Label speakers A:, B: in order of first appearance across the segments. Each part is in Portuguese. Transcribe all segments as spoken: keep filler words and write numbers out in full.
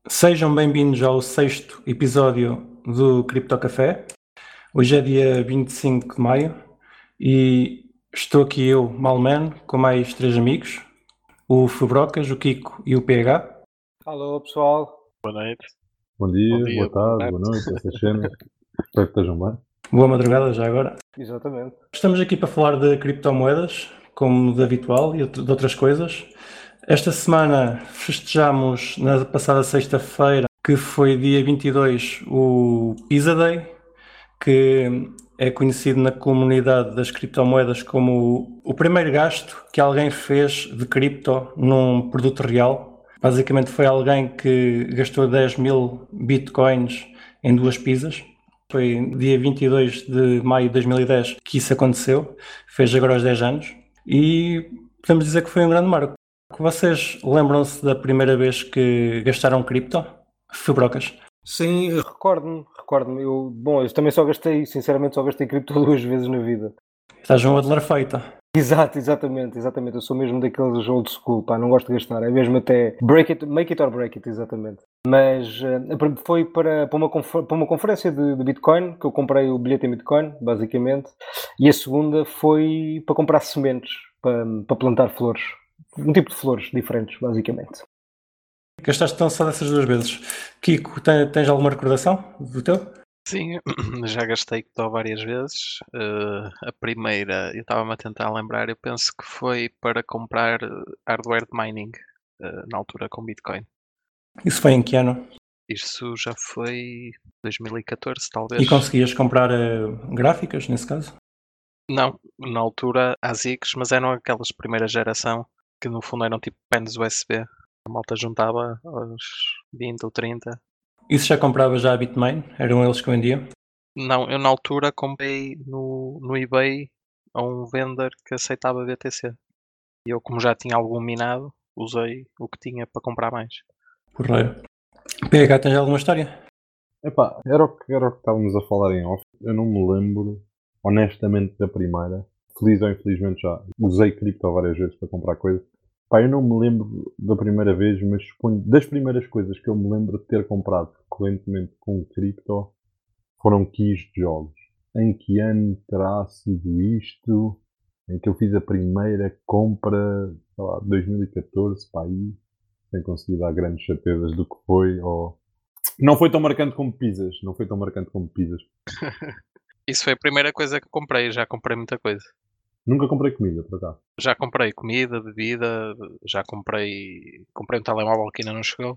A: Sejam bem-vindos ao sexto episódio do Cripto Café. Hoje é dia vinte e cinco de maio e estou aqui eu, Malman, com mais três amigos, o Fubrocas, o Kiko e o P H.
B: Alô pessoal.
C: Boa noite.
D: Bom dia,
C: Bom dia,
D: boa tarde, boa noite, essas cenas. Espero que estejam bem.
A: Boa madrugada já agora.
B: Exatamente.
A: Estamos aqui para falar de criptomoedas, como de habitual, e de outras coisas. Esta semana festejamos, na passada sexta-feira, que foi dia vinte e dois, o Pizza Day, que é conhecido na comunidade das criptomoedas como o primeiro gasto que alguém fez de cripto num produto real. Basicamente foi alguém que gastou dez mil bitcoins em duas pizzas. Foi dia vinte e dois de maio de dois mil e dez que isso aconteceu, fez agora aos dez anos, e podemos dizer que foi um grande marco. Vocês lembram-se da primeira vez que gastaram cripto? Fubrocas?
B: Sim, recordo-me, recordo-me. Eu, bom, eu também só gastei, sinceramente, só gastei cripto duas vezes na vida.
A: Estás um adler feita.
B: Exato, exatamente, exatamente. Eu sou mesmo daqueles old school, pá, não gosto de gastar. É mesmo até break it, make it or break it, exatamente. Mas uh, foi para, para, uma, confer- para uma conferência de, de Bitcoin, que eu comprei o bilhete em Bitcoin, basicamente. E a segunda foi para comprar sementes, para, para plantar flores. Um tipo de flores diferentes, basicamente.
A: Gastaste tão só dessas duas vezes. Kiko, tens, tens alguma recordação do teu?
C: Sim, já gastei cripto várias vezes. Uh, a primeira, eu estava-me a tentar lembrar, eu penso que foi para comprar hardware de mining, uh, na altura com Bitcoin.
A: Isso foi em que ano?
C: Isso já foi dois mil e catorze, talvez.
A: E conseguias comprar uh, gráficas, nesse caso?
C: Não, na altura A S I Cs, mas eram aquelas primeira geração, que no fundo eram tipo pens U S B. A malta juntava aos vinte ou trinta.
A: Isso já comprava já a Bitmain? Eram eles que vendiam?
C: Não, eu na altura comprei no, no eBay a um vendor que aceitava B T C. E eu, como já tinha algum minado, usei o que tinha para comprar mais.
A: Porreiro. P H, tens alguma história?
D: Epá, era o, que, era o que estávamos a falar em off. Eu não me lembro, honestamente, da primeira. Feliz ou infelizmente já usei cripto várias vezes para comprar coisas. Pá, eu não me lembro da primeira vez, mas suponho, das primeiras coisas que eu me lembro de ter comprado recorrentemente com cripto foram keys de jogos. Em que ano terá sido isto? Em que eu fiz a primeira compra, sei lá, dois mil e catorze, pá, aí, sem conseguir dar grandes certezas do que foi, ou... Não foi tão marcante como pizzas, não foi tão marcante como pizzas.
C: Isso foi a primeira coisa que comprei, já comprei muita coisa.
D: Nunca comprei comida, por acaso.
C: Já comprei comida, bebida, já comprei comprei um telemóvel que ainda não chegou.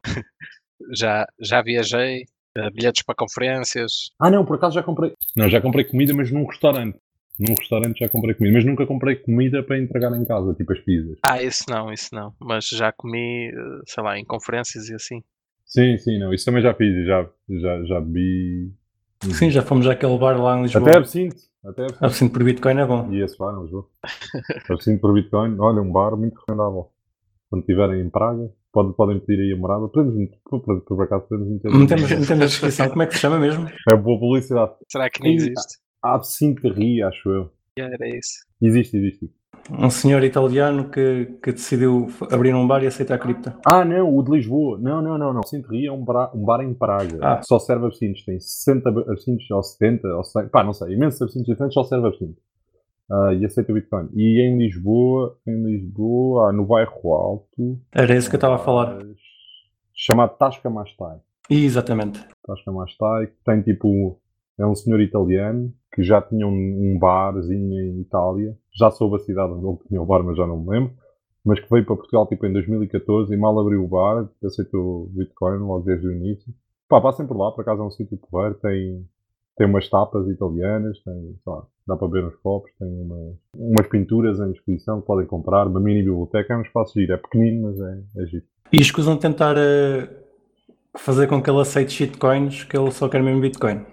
C: já, já viajei, uh, bilhetes para conferências.
D: Ah não, por acaso já comprei... Não, já comprei comida, mas num restaurante. Num restaurante já comprei comida, mas nunca comprei comida para entregar em casa, tipo as pizzas.
C: Ah, isso não, isso não. Mas já comi, uh, sei lá, em conferências e assim.
D: Sim, sim, não. Isso também já fiz e já, já, já bebi...
A: Sim, já fomos àquele bar lá em Lisboa.
D: Até absinto. Até absinto.
A: Absinto por Bitcoin é bom.
D: E esse bar em Lisboa. Absinto por Bitcoin. Olha, um bar muito recomendável. Quando estiverem em Praga, pode, podem pedir aí a morada. Podemos, por, por, por acaso, podemos meter...
A: Metemos, metemos na descrição. Como é que se chama mesmo?
D: É boa publicidade.
C: Será que não existe?
D: Absinto Ria, acho eu.
C: Yeah, era isso.
D: Existe, existe.
A: Um senhor italiano que, que decidiu abrir um bar e aceitar cripto.
D: Ah, não, o de Lisboa. Não, não, não, não. Absinto Ria é um bar, um bar em Praga.
A: Ah.
D: Só serve absintos. Tem sessenta absintos ou setenta, ou cem. Pá, não sei. Imensos absintos diferentes, só serve absinto. Uh, e aceita o Bitcoin. E em Lisboa, em Lisboa, ah, no bairro Alto...
A: Era isso que eu estava a falar.
D: Chamado Tasca Mastai.
A: Exatamente.
D: Tasca Mastai, que tem tipo... É um senhor italiano que já tinha um, um barzinho em Itália. Já soube a cidade onde ele tinha o bar, mas já não me lembro. Mas que veio para Portugal tipo em dois mil e catorze e mal abriu o bar, aceitou o Bitcoin logo desde o início. Pá, passem por lá, por acaso é um sítio porreiro, tem, tem umas tapas italianas, tem, sei lá, dá para ver nos copos, tem uma, umas pinturas em exposição que podem comprar, uma mini biblioteca, é um espaço giro, é pequenino, mas é, é giro.
A: E escusam tentar uh, fazer com que ele aceite shitcoins, que ele só quer mesmo Bitcoin.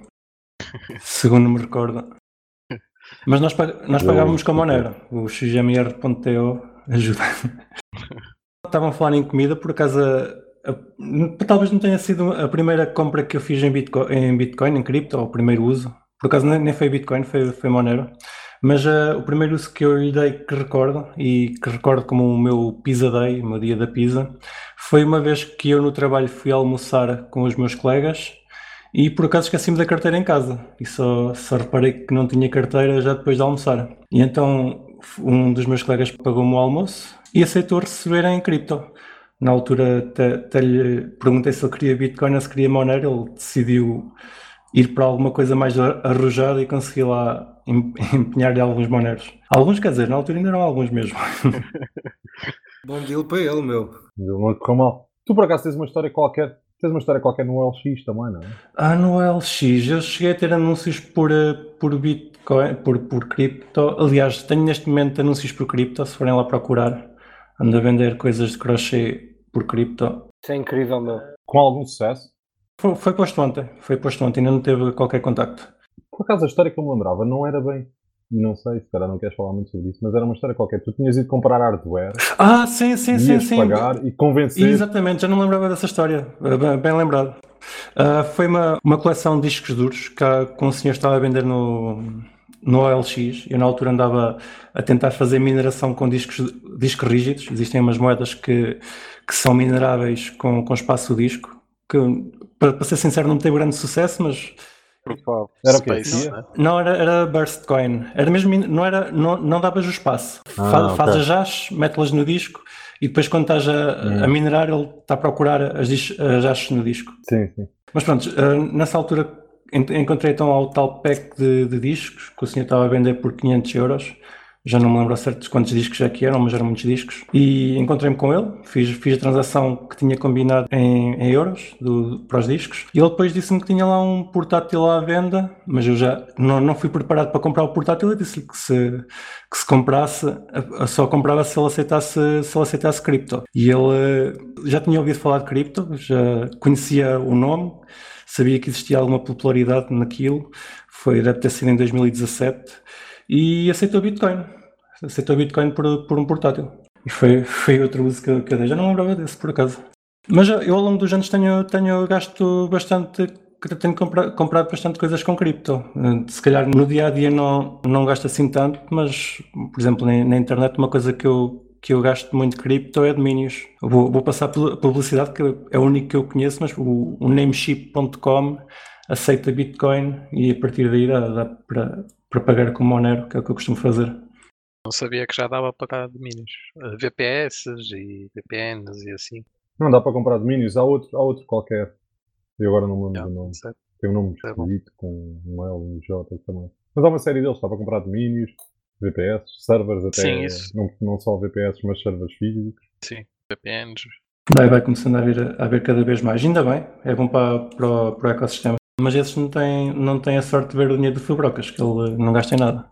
A: Segundo me recordo. Mas nós, nós pagávamos com a Monero. O x m r ponto t o ajuda. Estavam a falar em comida, por acaso a, a, talvez não tenha sido a primeira compra que eu fiz em Bitcoin, em, Bitcoin, em cripto, ou o primeiro uso. Por acaso nem, nem foi Bitcoin, foi, foi Monero. Mas uh, o primeiro uso que eu lhe dei que recordo, e que recordo como o meu Pizza Day, o meu dia da pizza, foi uma vez que eu no trabalho fui almoçar com os meus colegas e por acaso esqueci-me da carteira em casa e só, só reparei que não tinha carteira já depois de almoçar. E então um dos meus colegas pagou-me o almoço e aceitou receber em cripto. Na altura até, até lhe perguntei se ele queria Bitcoin ou se queria Monero, ele decidiu ir para alguma coisa mais arrojada e consegui lá empenhar-lhe alguns Moneros. Alguns, quer dizer, na altura ainda eram alguns mesmo.
E: Bom deal para ele, meu.
D: Não correu mal. Tu por acaso tens uma história qualquer, tens uma história qualquer no L X também, não é?
A: Ah, no L X, eu cheguei a ter anúncios por, por Bitcoin, por, por cripto. Aliás, tenho neste momento anúncios por cripto, se forem lá procurar. Ando a vender coisas de crochê por cripto.
B: Isso é incrível, meu.
D: Com algum sucesso?
A: Foi, foi posto ontem, foi posto ontem, ainda não teve qualquer contacto.
D: Por acaso a história que eu me lembrava não era bem, não sei, se calhar não queres falar muito sobre isso, mas era uma história qualquer. Tu tinhas ido comprar hardware,
A: Ah, sim, sim, sim,
D: ias
A: sim.
D: pagar e convencer.
A: Exatamente, já não me lembrava dessa história, bem, bem lembrado. Uh, foi uma, uma coleção de discos duros que, a, que um senhor estava a vender no, no O L X. Eu na altura andava a tentar fazer mineração com discos, discos rígidos. Existem umas moedas que, que são mineráveis com, com espaço disco, que para, para ser sincero não teve grande sucesso, mas...
D: Era o quê?
C: Space,
D: Não,
C: né?
A: Não, era, era Burst Coin. Era mesmo, não, era, não, não davas o espaço.
D: Ah,
A: Fa, faz
D: ok.
A: as hash, mete-las no disco e depois quando estás a,
D: Hum.
A: a minerar ele está a procurar as, dis- as hashes no disco.
D: Sim, sim.
A: Mas pronto, eh, nessa altura en- encontrei então o tal pack de, de discos que o senhor estava a vender por quinhentos euros. Já não me lembro a certo de quantos discos é que eram, mas eram muitos discos. E encontrei-me com ele, fiz, fiz a transação que tinha combinado em, em euros do, para os discos. E ele depois disse-me que tinha lá um portátil à venda, mas eu já não, não fui preparado para comprar o portátil. Eu disse-lhe que se, que se comprasse, a- a- só comprava se ele aceitasse, se ele aceitasse cripto. E ele eh, já tinha ouvido falar de cripto, já conhecia o nome, sabia que existia alguma popularidade naquilo. Foi, deve ter sido em dois mil e dezassete. E aceitou Bitcoin. Aceitou Bitcoin por, por um portátil. E foi, foi outro uso que eu, que eu dei. Já não lembrava desse, por acaso. Mas eu ao longo dos anos tenho, tenho gasto bastante, tenho compra, comprado bastante coisas com cripto. Se calhar no dia a dia não, não gasto assim tanto, mas, por exemplo, na, na internet, uma coisa que eu, que eu gasto muito cripto é domínios. Vou, vou passar pela publicidade, que é o único que eu conheço, mas o, o nameship ponto com aceita Bitcoin e a partir daí dá, dá para, para pagar com Monero, que é o que eu costumo fazer.
C: Não sabia que já dava para dar domínios. Uh, V P S e V P Ns e assim.
D: Não dá para comprar domínios, há outro, há outro qualquer. Eu agora não me lembro
C: Já,
D: do nome.
C: não sei.
D: Tem um nome
C: É bom.
D: esquisito com um L e um J também. Mas há uma série deles, dá para comprar domínios, V P S, servers até.
C: Sim, isso.
D: Não, não só V P S, mas servers físicos.
C: Sim, V P Ns.
A: Vai, vai começando a haver, a haver cada vez mais. Ainda bem, é bom para, para, o, para o ecossistema. Mas esses não têm, não têm a sorte de ver o dinheiro do Fubrocas, que ele não gasta em nada.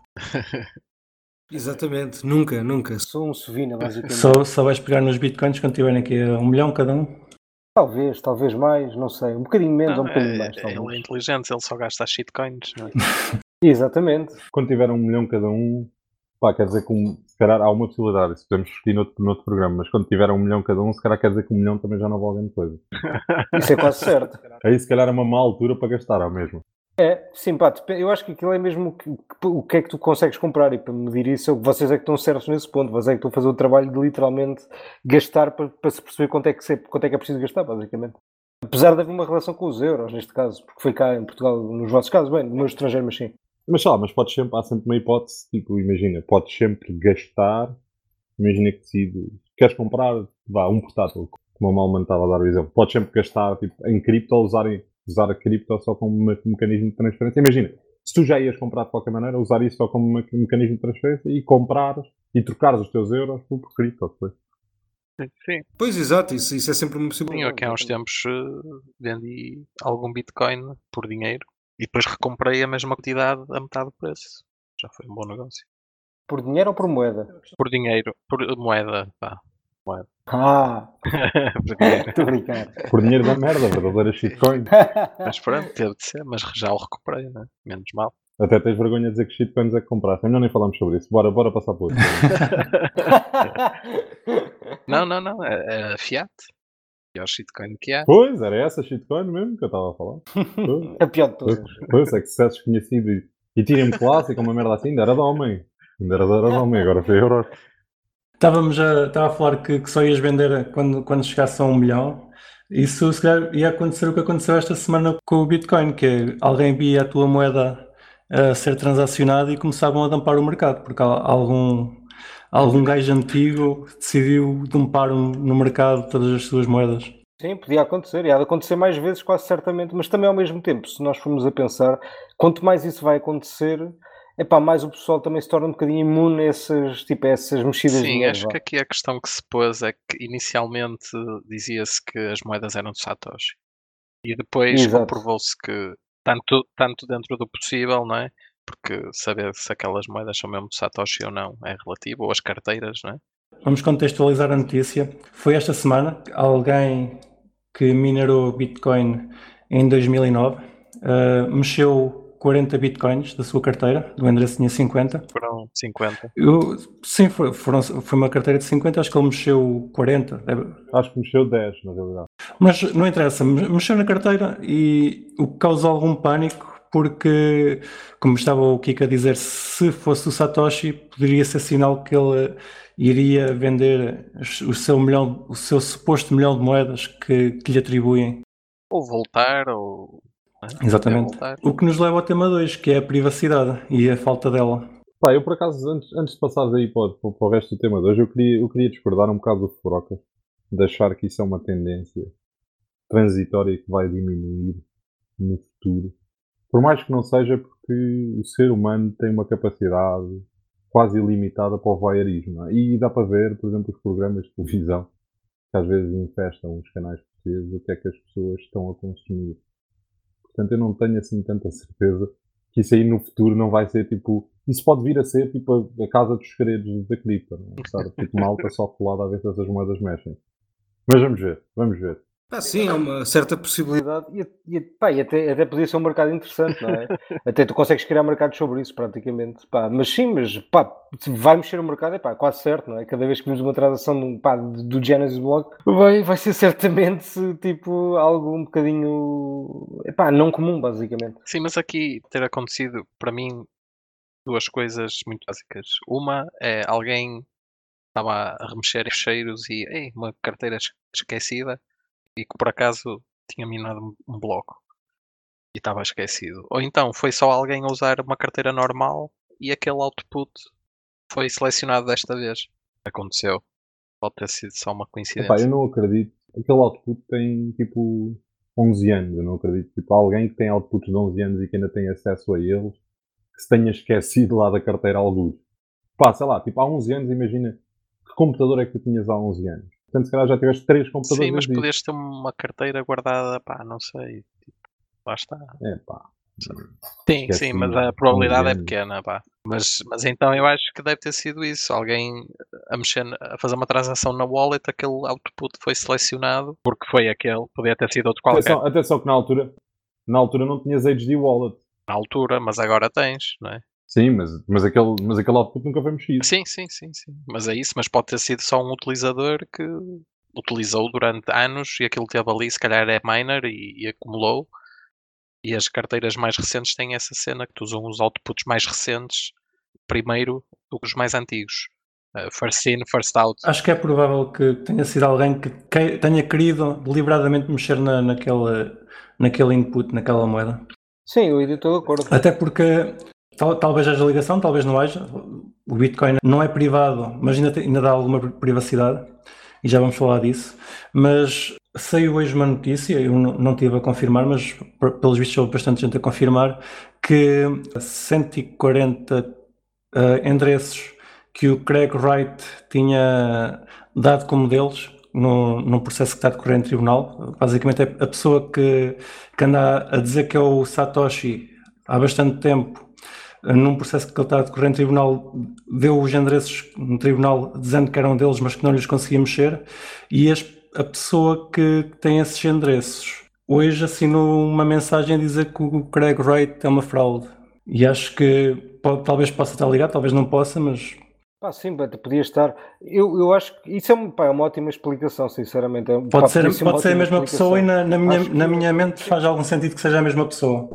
E: Exatamente, nunca, nunca.
B: Sou um sovina, basicamente.
A: Só, só vais pegar nos bitcoins quando tiverem aqui a um milhão cada um.
B: Talvez, talvez mais, não sei. Um bocadinho menos
C: Não,
B: ou um bocadinho
C: é,
B: mais,
C: ele é
B: talvez.
C: inteligente, ele só gasta as shitcoins. Não é?
B: Exatamente.
D: Quando tiver um milhão cada um, pá, quer dizer que um, se calhar há uma possibilidade, isso podemos discutir noutro, noutro programa, mas quando tiver um milhão cada um, se calhar quer dizer que um milhão também já não vale grande coisa.
B: Isso é quase certo.
D: Aí se calhar é uma má altura para gastar, ao mesmo.
B: É, sim, pá, dep- eu acho que aquilo é mesmo o que, o que é que tu consegues comprar e para medir isso, vocês é que estão certos nesse ponto, vocês é que estão a fazer o trabalho de literalmente gastar para, para se perceber quanto é, que se, quanto é que é preciso gastar, basicamente. Apesar de haver uma relação com os euros, neste caso, porque foi cá em Portugal, nos vossos casos, bem, no meu estrangeiro, mas sim.
D: Mas sei lá, mas podes sempre, há sempre uma hipótese, tipo, imagina, podes sempre gastar, imagina que decides, queres comprar, vá, um portátil, como a Malman estava a dar o exemplo, podes sempre gastar, tipo, em cripto ou usar, em- usar a cripto só como me- mecanismo de transferência. Imagina, se tu já ias comprar de qualquer maneira, usar isso só como me- mecanismo de transferência e comprares e trocares os teus euros por por cripto, depois.
C: Sim,
E: Pois, exato, isso, isso é sempre uma
C: sim,
E: possibilidade.
C: eu aqui há uns tempos eh, vendi algum Bitcoin por dinheiro e depois recomprei a mesma quantidade a metade do preço. Já foi um bom negócio.
B: Por dinheiro ou por moeda?
C: Por dinheiro, por moeda, pá.
B: Ah,
C: Por dinheiro.
B: estou a brincar.
D: Por dinheiro da merda, verdadeira shitcoin.
C: Mas pronto, teve de ser, mas já o recuperei, né? Menos mal.
D: Até tens vergonha de dizer que shitcoins é que compraste. É melhor nem falarmos sobre isso. Bora, bora passar por outro.
C: Não, não, não, é, é Fiat. Pior shitcoin que há.
D: Pois, era essa shitcoin mesmo que eu estava a falar. Pois,
B: A pior de
D: pois,
B: todas.
D: pois, é que se tivesses conhecido e, Ethereum clássico, uma merda assim, ainda era de homem. Ainda era de era de homem, agora foi euros.
A: Estávamos a, estava a falar que, que só ias vender quando, quando chegasse a um milhão. Isso se calhar ia acontecer o que aconteceu esta semana com o Bitcoin, que é alguém via a tua moeda a ser transacionada e começavam a dampar o mercado, porque al- algum, algum gajo antigo decidiu dumpar um- no mercado todas as suas moedas.
B: Sim, podia acontecer, e há de acontecer mais vezes, quase certamente, mas também ao mesmo tempo, se nós formos a pensar, quanto mais isso vai acontecer, epá, mais o pessoal também se torna um bocadinho imune a essas, tipo, a essas mexidas de
C: Sim,
B: dinheiro,
C: acho
B: vá.
C: que aqui a questão que se pôs é que inicialmente dizia-se que as moedas eram de Satoshi. E depois
B: Exato.
C: comprovou-se que, tanto, tanto dentro do possível, não é? Porque saber se aquelas moedas são mesmo de Satoshi ou não é relativo, ou as carteiras, não é?
A: Vamos contextualizar a notícia. Foi esta semana que alguém que minerou Bitcoin em dois mil e nove uh, mexeu quarenta Bitcoins da sua carteira, do endereço tinha cinquenta.
C: Foram cinquenta.
A: Eu, sim, foi, foram, foi uma carteira de cinquenta, acho que ele mexeu quarenta. Deve...
D: Acho que mexeu dez, na realidade.
A: Mas não interessa, mexeu na carteira e o que causou algum pânico, porque, como estava o Kiko a dizer, se fosse o Satoshi, poderia ser sinal que ele iria vender o seu milhão, o seu suposto milhão de moedas que, que lhe atribuem.
C: Ou voltar, ou. não é?
A: Exatamente.
C: Voltar.
A: O que nos leva ao tema dois, que é a privacidade e a falta dela.
D: Pá, eu por acaso, antes, antes de passares aí para, o- para o resto do tema de hoje, eu queria, eu queria discordar um bocado do Furoca, de achar que isso é uma tendência transitória que vai diminuir no futuro. Por mais que não seja, porque o ser humano tem uma capacidade quase ilimitada para o voyeurismo. Não é? E dá para ver, por exemplo, os programas de televisão que às vezes infestam os canais portugueses, o que é que as pessoas estão a consumir. Portanto, eu não tenho assim tanta certeza que isso aí no futuro não vai ser tipo. Isso pode vir a ser tipo a, a casa dos segredos da cripta, não é? Estar tipo malta só colada a ver se essas moedas mexem. Mas vamos ver, vamos ver.
E: Ah, sim, há uma certa possibilidade.
B: E, e, pá, e até, até podia ser um mercado interessante, não é? Até tu consegues criar mercados sobre isso, praticamente. Pá, mas sim, mas pá, se vai mexer o mercado, é pá, quase certo, não é? Cada vez que vemos uma transação pá, do Genesis Block, vai, vai ser certamente tipo algo um bocadinho epá, não comum, basicamente.
C: Sim, mas aqui ter acontecido, para mim, duas coisas muito básicas. Uma é alguém estava a remexer em fecheiros e ei, uma carteira es- esquecida e que por acaso tinha minado um- um bloco e estava esquecido. Ou então foi só alguém a usar uma carteira normal e aquele output foi selecionado desta vez. Aconteceu. Pode ter sido só uma
D: Epá, eu
C: coincidência.
D: não acredito. Aquele output tem tipo onze anos. Eu não acredito. Tipo, alguém que tem outputs de onze anos e que ainda tem acesso a eles, que se tenha esquecido lá da carteira alguns. Pá, sei lá, tipo, há onze anos, imagina que computador é que tu tinhas há onze anos. Portanto, se calhar já tiveste três computadores
C: Sim, mas
D: desde isso.
C: podias ter uma carteira guardada, pá, não sei. Tipo, lá está.
D: É pá.
C: Sim,
D: Esqueci,
C: sim, mas a probabilidade é
D: anos.
C: pequena, pá. Mas, mas então eu acho que deve ter sido isso. Alguém a mexer, na- a fazer uma transação na wallet, aquele output foi selecionado, porque foi aquele, podia ter sido outro qualquer
D: Atenção, atenção que na altura, na altura não tinhas H D Wallet.
C: na altura, mas agora tens, não é?
D: Sim, mas, mas, aquele, mas aquele output nunca foi mexido.
C: Sim, sim, sim, sim. Mas é isso, mas pode ter sido só um utilizador que utilizou durante anos e aquilo teve ali, se calhar é miner e, e acumulou. E as carteiras mais recentes têm essa cena que tu usam os outputs mais recentes primeiro do que os mais antigos. Uh, first in, first out.
A: Acho que é provável que tenha sido alguém que que- tenha querido deliberadamente mexer na, naquele, naquele input, naquela moeda.
B: Sim, eu estou de acordo.
A: Até porque tal- talvez haja ligação, talvez não haja. O Bitcoin não é privado, mas ainda, tem- ainda dá alguma privacidade, e já vamos falar disso. Mas saiu hoje uma notícia, eu não, não tive a confirmar, mas por- pelos vistos houve bastante gente a confirmar, que cento e quarenta uh, endereços que o Craig Wright tinha dado como deles no, num processo que está a decorrer em tribunal. Basicamente é a pessoa que, que anda a dizer que é o Satoshi há bastante tempo, num processo que ele está a decorrer em tribunal, deu os endereços no tribunal dizendo que eram deles, mas que não lhes conseguia mexer, e as, a pessoa que tem esses endereços hoje assinou uma mensagem a dizer que o Craig Wright é uma fraude. E acho que pode, talvez possa estar ligado, talvez não possa, mas...
B: Pá, sim, pá, podia estar. Eu, eu acho que isso é, um, pá, é uma ótima explicação, sinceramente. É,
A: Pode
B: pá,
A: ser,
B: podia uma
A: pode ser a
B: ótima
A: mesma pessoa e
B: explicação.
A: na, na minha,
B: Acho
A: na
B: que-
A: minha mente faz algum sentido que seja a mesma pessoa.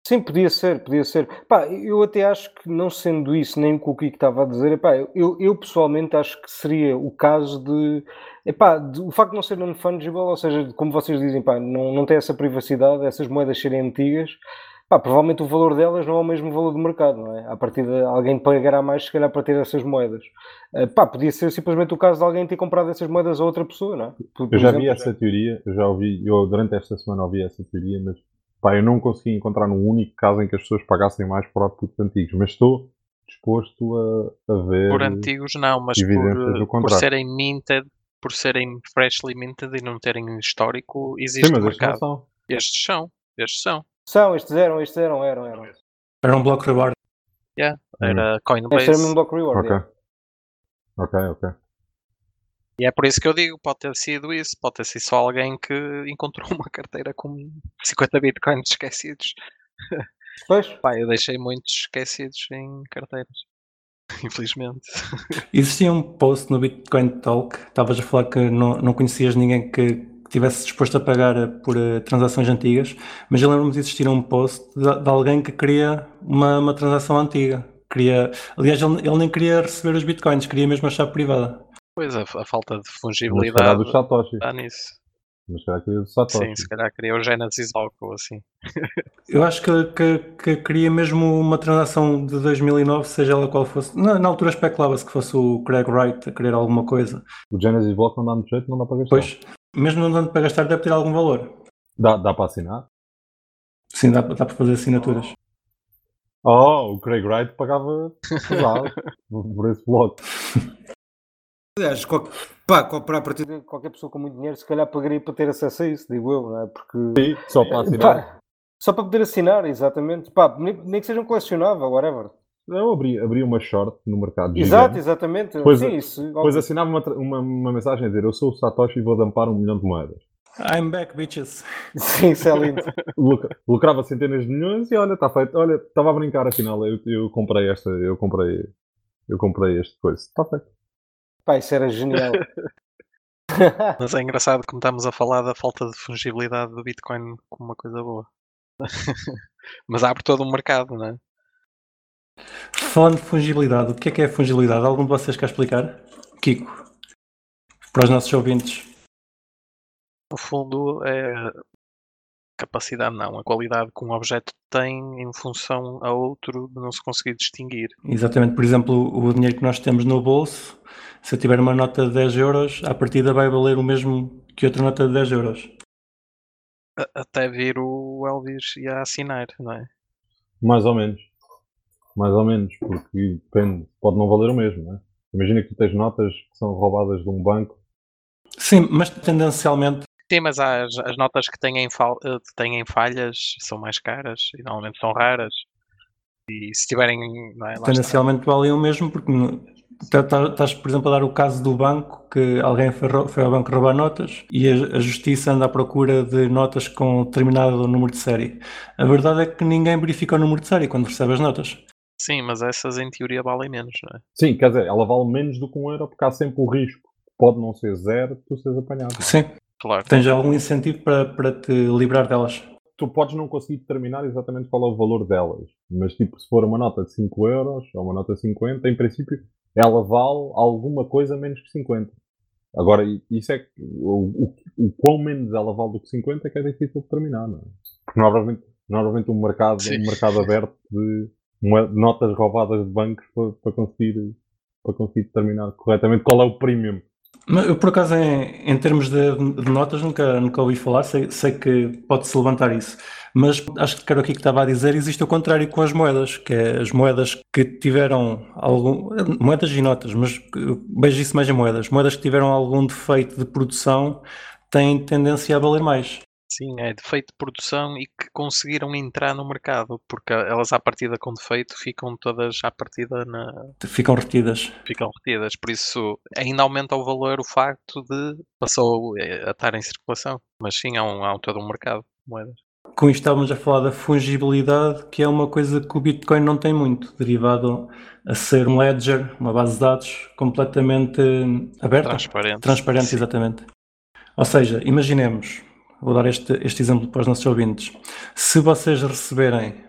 B: Sim, podia ser, podia ser. Pá, eu até acho que não sendo isso, nem o que o Kiko estava a dizer, epá, eu, eu pessoalmente acho que seria o caso de, epá, de- o facto de não ser non-fungible, ou seja, como vocês dizem, pá, não, não tem essa privacidade, essas moedas serem antigas, pá, provavelmente o valor delas não é o mesmo valor do mercado, não é? A partir de alguém pagará mais, se calhar, para ter essas moedas. Eh, pá, podia ser simplesmente o caso de alguém ter comprado essas moedas a outra pessoa, não é? Por,
D: Eu
B: por
D: já vi
B: exemplo,
D: essa teoria, eu já ouvi, eu durante esta semana ouvi essa teoria, mas pá, eu não consegui encontrar um único caso em que as pessoas pagassem mais por outputs antigos, mas estou disposto a, a ver
C: Por antigos não, mas por,
D: evidências
C: eh,
D: do
C: por
D: contrário.
C: serem minted, por serem freshly minted e não terem histórico,
D: Sim,
C: existe
D: mas estes não
C: mercado.
D: são.
C: Estes são, estes são.
B: são, estes eram, estes eram, eram, eram.
A: Era um block reward.
C: Yeah,
D: Hum.
C: era
B: Este era mesmo um
C: Coinbase.
B: block reward,
D: Ok.
B: yeah.
D: Ok, ok.
C: E é por isso que eu digo, pode ter sido isso, pode ter sido só alguém que encontrou uma carteira com cinquenta bitcoins esquecidos.
B: Pois,
C: Pá, eu deixei muitos esquecidos em carteiras, infelizmente.
A: Existia um post no Bitcoin Talk, estavas a falar que não, não conhecias ninguém que estivesse disposto a pagar eh, por eh, transações antigas, mas eu lembro-me de existir um post de, de alguém que queria uma, uma transação antiga. Queria, aliás, ele, ele nem queria receber os bitcoins, queria mesmo a chave privada.
C: Pois, a, a falta de
D: Mas se calhar
C: fungibilidade
D: do Satoshi.
C: dá nisso.
D: Mas se calhar queria do
C: Sim,
D: Satoshi.
C: se calhar queria o Genesis álcool, assim.
A: Eu acho que, que, que queria mesmo uma transação de dois mil e nove, seja ela qual fosse. Na, na altura especulava-se que fosse o Craig Wright a querer alguma coisa.
D: O Genesis Block não dá muito jeito, não dá para gastar.
A: Pois, mesmo não dando para gastar, deve ter algum valor.
D: Dá, dá para assinar?
A: Sim, dá, dá para fazer assinaturas.
D: Oh, o Craig Wright pagava pesado por por esse bloco.
B: aliás, qual- pá, qual- para a partir de qualquer pessoa com muito dinheiro, se calhar pagaria para ter acesso a isso, digo eu, não é? Porque
D: Sim, só para
B: eh,
D: assinar.
B: pá, só para poder assinar, exatamente. Pá, nem, nem que seja um colecionável, whatever.
D: Eu abri, abri uma short no mercado
B: Exato,
D: gigante.
B: exatamente.
D: Pois
B: Sim,
D: é,
B: isso.
D: Depois
B: óbvio.
D: assinava uma, tra- uma, uma mensagem a dizer: eu sou o Satoshi e vou dampar um milhão de moedas.
A: I'm back, bitches.
B: Sim, isso é lindo.
D: Lucra- Lucrava centenas de milhões e olha, está feito. Olha, estava a brincar afinal. Eu, eu comprei esta, eu comprei, eu comprei este coisa. Está feito.
B: Pá, isso era genial.
C: Mas é engraçado como estamos a falar da falta de fungibilidade do Bitcoin como uma coisa boa. Mas abre todo um mercado, não é?
A: Falando de fungibilidade, o que é que é fungibilidade? Algum de vocês quer explicar? Kiko, para os nossos ouvintes.
C: No fundo, é capacidade, não, a qualidade que um objeto tem em função a outro de não se conseguir distinguir.
A: Exatamente, por exemplo, o dinheiro que nós temos no bolso, se eu tiver uma nota de dez euros, à partida vai valer o mesmo que outra nota de dez euros.
C: A- Até vir o Elvis e a assinar, não é?
D: Mais ou menos. Mais ou menos, porque depende, pode não valer o mesmo, não é? Imagina que tu tens notas que são roubadas de um banco.
A: Sim, mas tendencialmente,
C: Sim, mas há as, as notas que têm, fal- eh, que têm falhas são mais caras e normalmente são raras. E se tiverem, não é, lá está.
A: tendencialmente valem o mesmo, porque no- tá- tá- estás, por exemplo, a dar o caso do banco, que alguém foi, rou- foi ao banco roubar notas e a, a justiça anda à procura de notas com determinado número de série. A verdade é que ninguém verifica o número de série quando recebe as notas.
C: Sim, mas essas em teoria valem menos, não é?
D: Sim, quer dizer, ela vale menos do que um euro porque há sempre o risco. Pode não ser zero, tu seres apanhado. não é?
A: Sim,
C: Claro.
A: tens algum incentivo para, para te livrar delas.
D: Tu podes não conseguir determinar exatamente qual é o valor delas, mas tipo, se for uma nota de cinco euros ou uma nota de cinquenta, em princípio, ela vale alguma coisa menos que cinquenta. Agora, i- isso é que o, o, o quão menos ela vale do que cinquenta é que é difícil de determinar, não é? Porque normalmente, normalmente um, mercado,
C: Sim.
D: um mercado aberto de moe- notas roubadas de bancos para, para, conseguir, para conseguir determinar corretamente qual é o premium.
A: Mas eu, por acaso, em, em termos de, de notas, nunca, nunca ouvi falar, sei, sei que pode-se levantar isso. Mas acho que era o que estava a dizer, existe o contrário com as moedas, que é as moedas que tiveram algum... Moedas e notas, mas eu vejo isso mais em moedas. Moedas que tiveram algum defeito de produção têm tendência a valer mais.
C: Sim, é defeito de produção e que conseguiram entrar no mercado, porque elas à partida com defeito ficam todas à partida na...
A: Ficam retidas.
C: ficam retidas, por isso ainda aumenta o valor o facto de passou a estar em circulação, mas sim, há, um, há um, todo um mercado de moedas.
A: Com isto estávamos a falar da fungibilidade, que é uma coisa que o Bitcoin não tem muito, derivado a ser um ledger, uma base de dados completamente aberta.
C: Transparente.
A: Transparente,
C: Sim.
A: exatamente. Ou seja, imaginemos, vou dar este, este exemplo para os nossos ouvintes, se vocês receberem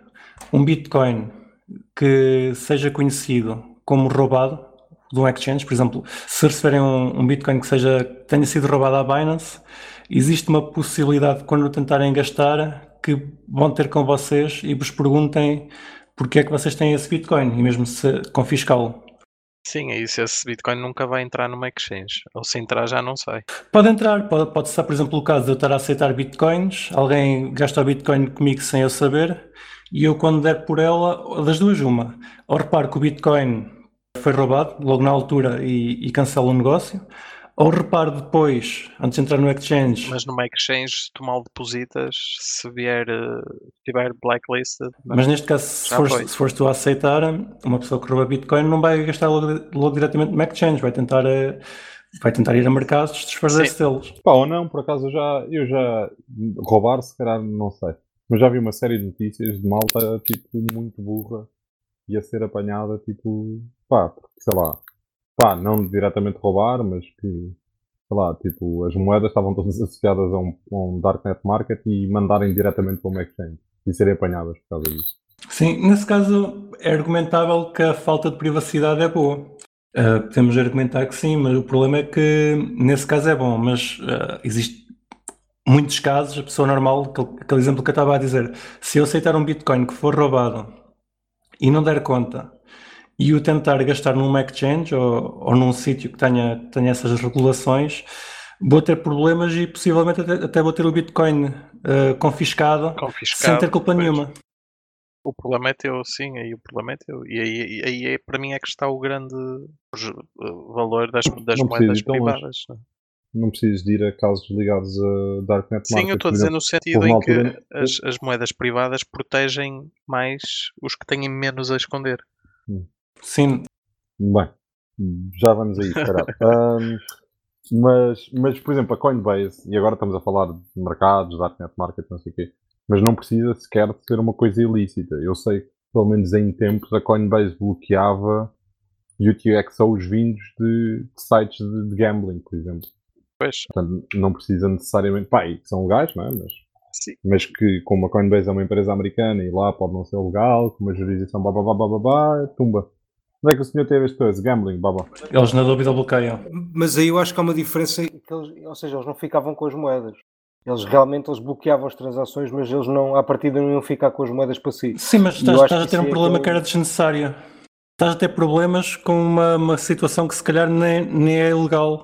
A: um Bitcoin que seja conhecido como roubado de um exchange, por exemplo, se receberem um, um Bitcoin que seja, que tenha sido roubado à Binance, existe uma possibilidade de quando tentarem gastar que vão ter com vocês e vos perguntem porque é que vocês têm esse Bitcoin e mesmo se confiscá-lo.
C: Sim, é isso. Esse Bitcoin nunca vai entrar numa exchange. Ou se entrar, já não sei.
A: Pode entrar, pode, pode ser, por exemplo, o caso de eu estar a aceitar Bitcoins, alguém gasta o Bitcoin comigo sem eu saber, e eu quando der por ela, das duas uma, ou reparo que o Bitcoin foi roubado logo na altura e, e cancelo o negócio, ou reparo depois, antes de entrar no exchange,
C: Mas numa exchange, se tu mal depositas, se vier, eh, tiver blacklisted,
A: mas neste caso, se
C: Já
A: fores,
C: foi.
A: se fores tu a aceitar, uma pessoa que rouba Bitcoin não vai gastar logo, logo diretamente no exchange, vai tentar, eh, vai tentar ir a mercados, desfazer-se deles.
D: Pá, ou não, por acaso eu já, eu já roubar, se calhar não sei. Mas já vi uma série de notícias de malta, tipo, muito burra e a ser apanhada, tipo, pá, porque, sei lá, pá, não diretamente roubar, mas que, sei lá, tipo, as moedas estavam todas associadas a um, a um darknet market e mandarem diretamente para uma exchange e serem apanhadas por causa disso.
A: Sim, nesse caso é argumentável que a falta de privacidade é boa. Uh, podemos argumentar que sim, mas o problema é que nesse caso é bom, mas uh, existe muitos casos, a pessoa normal, aquele, aquele exemplo que eu estava a dizer, se eu aceitar um Bitcoin que for roubado e não der conta e o tentar gastar num exchange ou, ou num sítio que tenha, tenha essas regulações, vou ter problemas e possivelmente até, até vou ter o Bitcoin uh, confiscado,
C: confiscado.
A: sem ter culpa
C: pois.
A: nenhuma.
C: O problema é teu, sim, aí o problema é teu. E aí, e aí é, para mim é que está o grande uh, valor das, das
D: Não precisa
C: moedas
D: ir tão longe.
C: privadas. não é?
D: Não precisas de ir a casos ligados a darknet market.
C: Sim, eu estou a
D: por
C: dizer
D: exemplo.
C: no sentido
D: houve uma
C: em que
D: altura-
C: as, as moedas privadas protegem mais os que têm menos a esconder.
A: Sim,
D: Bem, já vamos a isso, caralho. Ahm, mas, mas, por exemplo, a Coinbase, e agora estamos a falar de mercados, darknet market, não sei o quê, mas não precisa sequer de ser uma coisa ilícita. Eu sei que, pelo menos em tempos, a Coinbase bloqueava U T X Os vindos de, de sites de, de gambling, por exemplo.
C: Pois,
D: Portanto, não precisa necessariamente. Pá, e que são legais, não é? Mas,
C: sim.
D: mas que, como a Coinbase é uma empresa americana e lá pode não ser legal, com uma jurisdição, blá blá blá blá blá, blá tumba. Onde é que o senhor teve este coisa? Gambling, blá blá.
A: eles na dúvida bloqueiam.
E: Mas aí eu acho que há uma diferença.
B: Que eles- ou seja, eles não ficavam com as moedas. Eles realmente eles bloqueavam as transações, mas eles não, à partida não iam ficar com as moedas para si.
A: Sim, mas
B: E
A: estás,
B: eu acho
A: estás a
B: que
A: ter
B: isso
A: um
B: é
A: problema
B: aquele-
A: que era desnecessário. Estás a ter problemas com uma, uma situação que se calhar nem, nem é ilegal.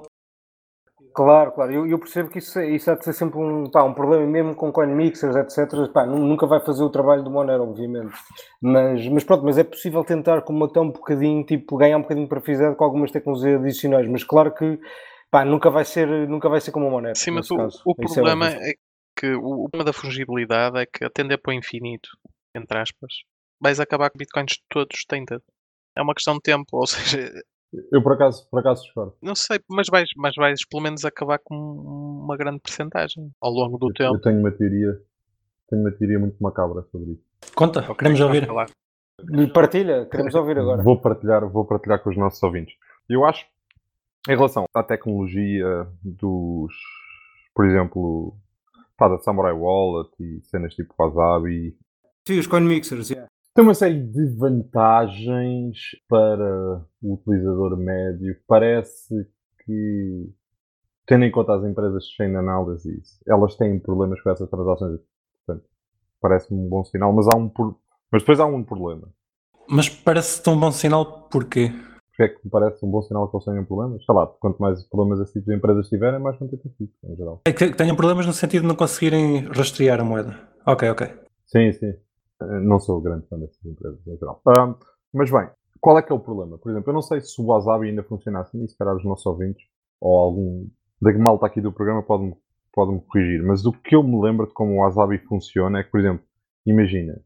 B: Claro, claro. Eu, eu percebo que isso, isso há de ser sempre um, pá, um problema mesmo com coin mixers, etcétera. Pá, nu- nunca vai fazer o trabalho do Monero, obviamente. Mas, mas pronto, mas é possível tentar combater um bocadinho, tipo, ganhar um bocadinho de privacidade com algumas tecnologias adicionais. Mas claro que, pá, nunca vai ser, nunca vai ser como o Monero.
C: Sim, mas
B: nesse
C: o,
B: caso.
C: o
B: Isso
C: problema
B: óbvio.
C: é, que o, o problema da fungibilidade é que atender para o infinito, entre aspas, vais acabar com bitcoins todos tainted. É uma questão de tempo, ou seja,
D: Eu por acaso, por acaso discordo.
C: não sei, mas vais, mas vais pelo menos acabar com uma grande percentagem ao longo do
D: Eu,
C: tempo.
D: eu tenho uma teoria, tenho uma teoria muito macabra sobre isso.
A: Conta,
C: Ok,
A: queremos
C: vamos
A: ouvir.
C: falar.
B: E partilha, queremos ouvir agora.
D: Vou partilhar, vou partilhar com os nossos ouvintes. Eu acho, em relação à tecnologia dos, por exemplo, pá, da Samurai Wallet e cenas tipo Wasabi,
E: Sim, os coin mixers, yeah.
D: tem uma série de vantagens para o utilizador médio. Parece que, tendo em conta as empresas de chain analysis, elas têm problemas com essas transações. Portanto, parece-me um bom sinal, mas, há um, por- mas depois há um problema.
A: Mas parece tão bom sinal porquê?
D: Porque é que me parece um bom sinal que eles tenham problemas? Sei lá, quanto mais problemas esse tipo de empresas tiverem, mais vão ter consigo, em geral.
A: É que tenham problemas no sentido de não conseguirem rastrear a moeda. Ok, ok.
D: Sim, sim. Eh, Não sou grande fã dessas empresas, em geral. Ah, mas bem, qual é que é o problema? Por exemplo, eu não sei se o Wasabi ainda funciona assim, e se calhar os nossos ouvintes, ou algum da malta aqui do programa pode-me pode-me corrigir, mas o que eu me lembro de como o Wasabi funciona é que, por exemplo, imagina,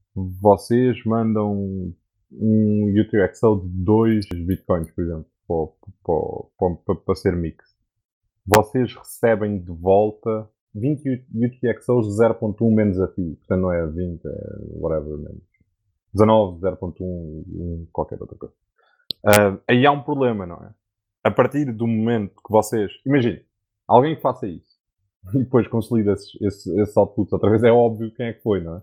D: vocês mandam um U T X O de dois bitcoins, por exemplo, para, para, para, para ser mix. Vocês recebem de volta vinte U T X Os de zero ponto um menos a ti. Portanto, não é vinte, é whatever, menos. dezanove, zero ponto um, um, qualquer outra coisa. Uh, aí há um problema, não é? A partir do momento que vocês... Imaginem, alguém que faça isso e depois consolida esses, esses, esses outputs outra vez, é óbvio quem é que foi, não é?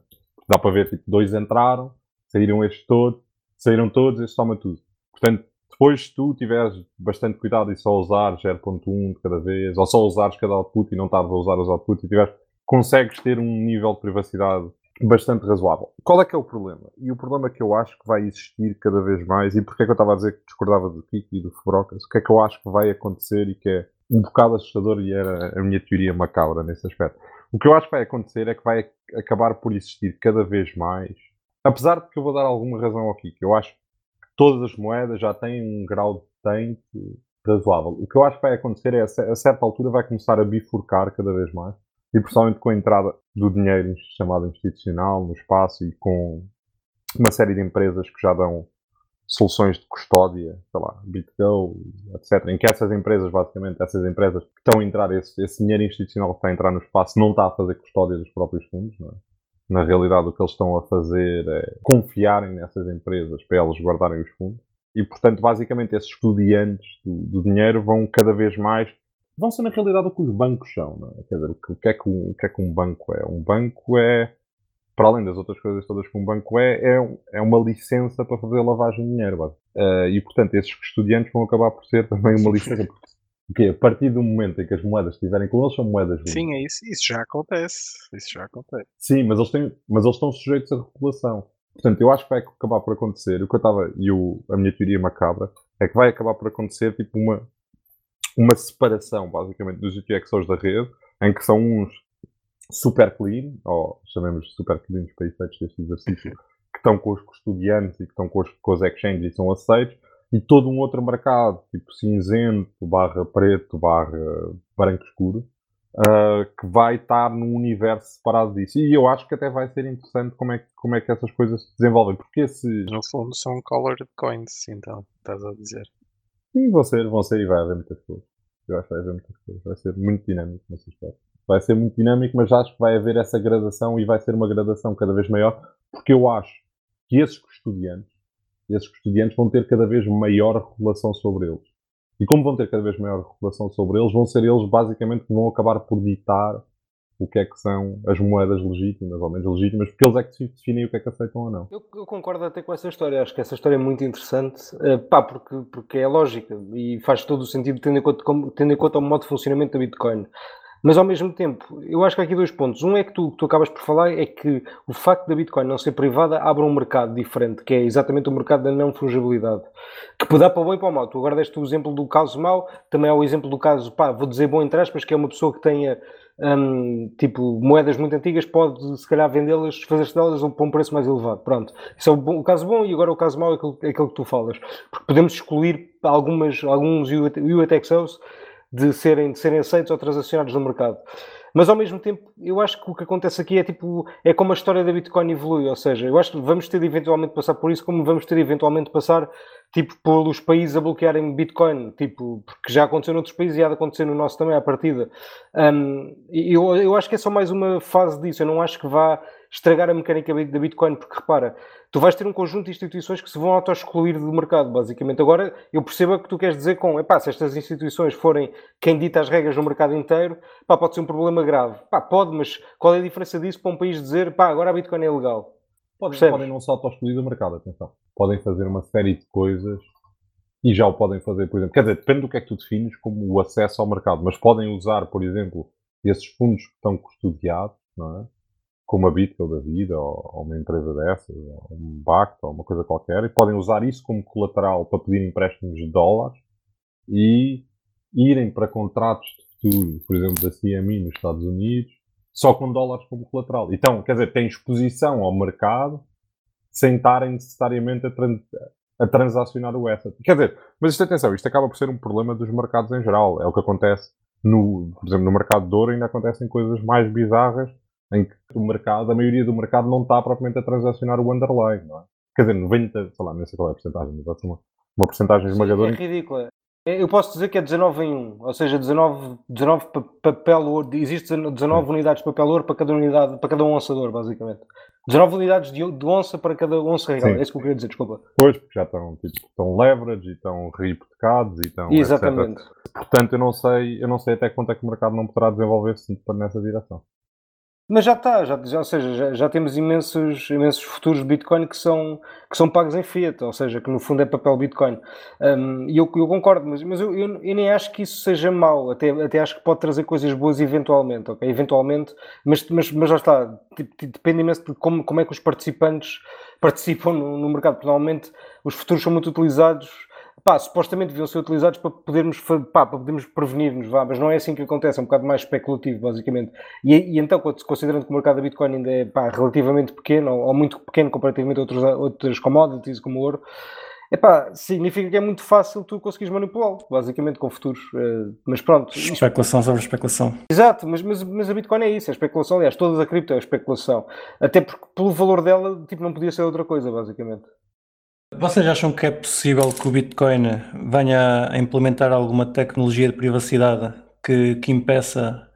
D: Dá para ver, tipo, dois entraram, saíram estes todos, saíram todos, este toma tudo. Portanto, depois se tu tiveres bastante cuidado e só usares zero ponto um de cada vez, ou só usares cada output e não estares a usar os outputs, e tiveres, consegues ter um nível de privacidade bastante razoável. Qual é que é o problema? E o problema que eu acho que vai existir cada vez mais, e porque é que eu estava a dizer que discordava do Kiki e do Fubrocas, o que é que eu acho que vai acontecer e que é um bocado assustador e era a minha teoria macabra nesse aspecto. O que eu acho que vai acontecer é que vai acabar por existir cada vez mais, apesar de que eu vou dar alguma razão ao Kiki, eu acho que todas as moedas já têm um grau de tanque razoável. O que eu acho que vai acontecer é, a certa altura, vai começar a bifurcar cada vez mais, e principalmente com a entrada do dinheiro chamado institucional no espaço e com uma série de empresas que já dão soluções de custódia, sei lá, BitGo, etcétera, em que essas empresas, basicamente, essas empresas que estão a entrar, esse, esse dinheiro institucional que está a entrar no espaço não está a fazer custódia dos próprios fundos, não é? Na realidade, o que eles estão a fazer é confiarem nessas empresas para elas guardarem os fundos. E, portanto, basicamente, esses estudiantes do, do dinheiro vão cada vez mais... Vão ser, na realidade, o que os bancos são, não é? Quer dizer, o que, o, que é que um, o que é que um banco é? Um banco é, para além das outras coisas todas que um banco é, é, é uma licença para fazer lavagem de dinheiro. Uh, e, portanto, esses estudiantes vão acabar por ser também uma licença. Porque a partir do momento em que as moedas estiverem com eles, são moedas limpas.
C: Sim, é isso. Isso já acontece. Isso já acontece.
D: Sim, mas eles, têm, mas eles estão sujeitos à regulação. Portanto, eu acho que vai acabar por acontecer, o que eu estava, e o, a minha teoria macabra, é que vai acabar por acontecer tipo uma, uma separação, basicamente, dos U T X Os da rede, em que são uns super clean, ou chamemos de super clean para efeitos deste exercício, que estão com os custodiantes e que estão com os, com os exchanges e são aceitos, e todo um outro mercado, tipo cinzento, barra preto, barra branco escuro, uh, que vai estar num universo separado disso. E eu acho que até vai ser interessante como é, que- como é que essas coisas se desenvolvem. Porque esses...
C: No fundo são colored coins, então, estás a dizer.
D: Sim, vão ser, vão ser e vai haver muitas coisas. Eu acho que vai haver muitas coisas. Vai ser muito dinâmico nesse aspecto. Vai ser muito dinâmico, mas acho que vai haver essa gradação e vai ser uma gradação cada vez maior, porque eu acho que esses custodiantes, esses custodiantes vão ter cada vez maior regulação sobre eles. E como vão ter cada vez maior regulação sobre eles, vão ser eles basicamente que vão acabar por ditar o que é que são as moedas legítimas ou menos legítimas, porque eles é que definem o que é que aceitam ou não.
B: Eu, eu concordo até com essa história, acho que essa história é muito interessante, uh, pá, porque, porque é lógica e faz todo o sentido tendo em conta, como, tendo em conta o modo de funcionamento da Bitcoin. Mas ao mesmo tempo, eu acho que há aqui dois pontos. Um é que tu, tu acabas por falar, é que o facto da Bitcoin não ser privada abre um mercado diferente, que é exatamente o mercado da não fungibilidade, que pode dar para o bom e para o mau. Tu agora deste o exemplo do caso mau, também há o exemplo do caso, pá, vou dizer bom entre aspas, que é uma pessoa que tenha hum, tipo moedas muito antigas, pode se calhar vendê-las, fazer-se delas por um preço mais elevado. Pronto. Isso é o, bom, o caso bom, e agora o caso mau é aquele, é aquele que tu falas. Porque podemos excluir algumas, alguns U T X Os de serem, de serem aceitos ou transacionados no mercado. Mas ao mesmo tempo, eu acho que o que acontece aqui é tipo, é como a história da Bitcoin evolui, ou seja, eu acho que vamos ter de eventualmente passar por isso, como vamos ter de eventualmente passar, tipo, pelos países a bloquearem Bitcoin, tipo, porque já aconteceu noutros países e há de acontecer no nosso também à partida. Um, eu, eu acho que é só mais uma fase disso, eu não acho que vá estragar a mecânica da Bitcoin, porque repara, tu vais ter um conjunto de instituições que se vão auto-excluir do mercado, basicamente. Agora, eu percebo o que tu queres dizer com, epá, se estas instituições forem quem dita as regras no mercado inteiro, pá, pode ser um problema grave. Pá, pode, mas qual é a diferença disso para um país dizer, pá, agora a Bitcoin é legal?
D: Podem,
B: Percebes?
D: podem não só auto-excluir do mercado, atenção. Podem fazer uma série de coisas e já o podem fazer, por exemplo. Quer dizer, depende do que é que tu defines como o acesso ao mercado, mas podem usar, por exemplo, esses fundos que estão custodiados, não é? Como a Bitcoin da vida, ou, ou uma empresa dessas, ou um Bacto, ou uma coisa qualquer, e podem usar isso como colateral para pedir empréstimos de dólares e irem para contratos de futuro, por exemplo, da C M E nos Estados Unidos, só com dólares como colateral. Então, quer dizer, têm exposição ao mercado sem estarem necessariamente a, trans, a transacionar o asset. Quer dizer, mas isto, atenção, isto acaba por ser um problema dos mercados em geral. É o que acontece, no, por exemplo, no mercado de ouro ainda acontecem coisas mais bizarras em que o mercado, a maioria do mercado não está propriamente a transacionar o underlying, não é? Quer dizer, noventa, sei lá, não sei qual é a porcentagem, mas vai ser uma, uma porcentagem esmagadora.
B: É ridícula. Eu posso dizer que é dezanove em um, ou seja, dezanove, dezanove papel ouro, existe dezanove Sim. unidades de papel ouro para cada unidade, para cada onça de ouro, basicamente. dezanove unidades de, de onça para cada onça real, é isso que eu queria dizer, desculpa.
D: Pois, porque já estão, tipo, estão leverage e estão rehipotecados e estão,
B: exatamente.
D: etcétera. Portanto, eu não sei, eu não sei até quanto é que o mercado não poderá desenvolver-se nessa direção.
B: Mas já está, já, já, ou seja, já, já temos imensos, imensos futuros de Bitcoin que são, que são pagos em fiat, ou seja, que no fundo é papel Bitcoin. Um, e eu, eu concordo, mas, mas eu, eu, eu nem acho que isso seja mau, até, até acho que pode trazer coisas boas eventualmente, ok? Eventualmente, mas, mas, mas já está, tipo, depende imenso de como, como é que os participantes participam no, no mercado, porque normalmente os futuros são muito utilizados. Pá, supostamente deviam ser utilizados para podermos, pá, para podermos prevenir-nos, vá, mas não é assim que acontece, é um bocado mais especulativo, basicamente. E, e então, considerando que o mercado da Bitcoin ainda é pá, relativamente pequeno, ou, ou muito pequeno comparativamente a outros, outras commodities, como o ouro, epá, significa que é muito fácil tu conseguires manipulá-lo, basicamente, com futuros. Uh, mas pronto. Isto...
A: Especulação sobre especulação.
B: Exato, mas, mas, mas a Bitcoin é isso, é especulação. Aliás, toda a cripto é especulação. Até porque, pelo valor dela, tipo, não podia ser outra coisa, basicamente.
A: Vocês acham que é possível que o Bitcoin venha a implementar alguma tecnologia de privacidade que, que impeça,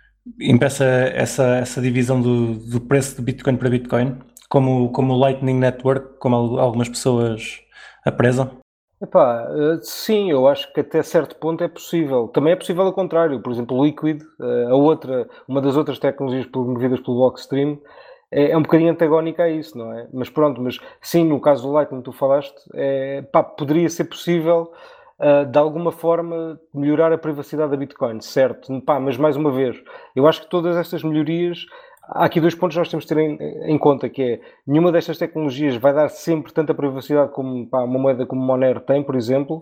A: impeça essa, essa divisão do, do preço de Bitcoin para Bitcoin, como, como o Lightning Network, como algumas pessoas apresam?
B: Epá, sim, eu acho que até certo ponto é possível. Também é possível ao contrário. Por exemplo, o Liquid, a outra, uma das outras tecnologias movidas pelo Blockstream, é, é um bocadinho antagónica a isso, não é? Mas pronto, mas sim, no caso do Lightning que tu falaste, é, pá, poderia ser possível uh, de alguma forma melhorar a privacidade da Bitcoin, certo? Pá, mas mais uma vez, eu acho que todas estas melhorias, há aqui dois pontos que nós temos de ter em, em conta, que é, nenhuma destas tecnologias vai dar sempre tanta privacidade como pá, uma moeda como o Monero tem, por exemplo,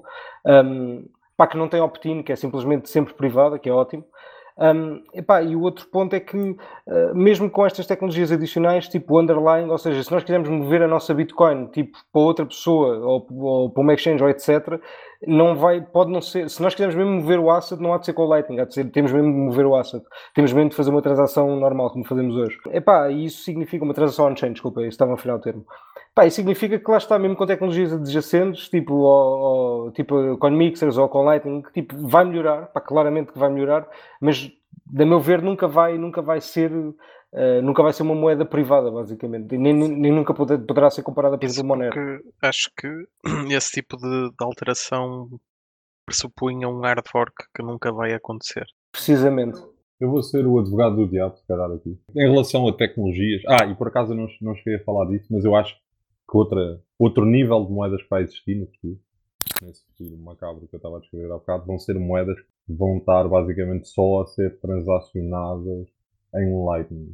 B: um, pá, que não tem opt-in, que é simplesmente sempre privada, que é ótimo. Um, epá, e o outro ponto é que, uh, mesmo com estas tecnologias adicionais, tipo o underlying, ou seja, se nós quisermos mover a nossa Bitcoin tipo, para outra pessoa, ou, ou para uma exchange, ou etcétera, não vai, pode não ser, se nós quisermos mesmo mover o asset, não há de ser com o Lightning, há de ser, temos mesmo de mover o asset, temos mesmo de fazer uma transação normal, como fazemos hoje. Epá, e isso significa uma transação on-chain, desculpa, isso estava a falhar o termo. Pá, isso significa que lá está, mesmo com tecnologias adjacentes, tipo, ou, ou, tipo com mixers ou com Lightning, que tipo, vai melhorar, pá, claramente que vai melhorar, mas, a meu ver, nunca vai, nunca vai ser, uh, nunca vai ser uma moeda privada, basicamente, e nem, nem nunca poder, poderá ser comparada, por exemplo, ao Monero.
C: Porque acho que esse tipo de, de alteração pressupunha um hard fork que nunca vai acontecer.
B: Precisamente.
D: Eu vou ser o advogado do diabo, se calhar, aqui. Em relação a tecnologias... Ah, e por acaso eu não, não cheguei a falar disso, mas eu acho que outra, outro nível de moedas que vai existir no futuro, nesse futuro macabro que eu estava a descrever há bocado, vão ser moedas que vão estar basicamente só a ser transacionadas em Lightning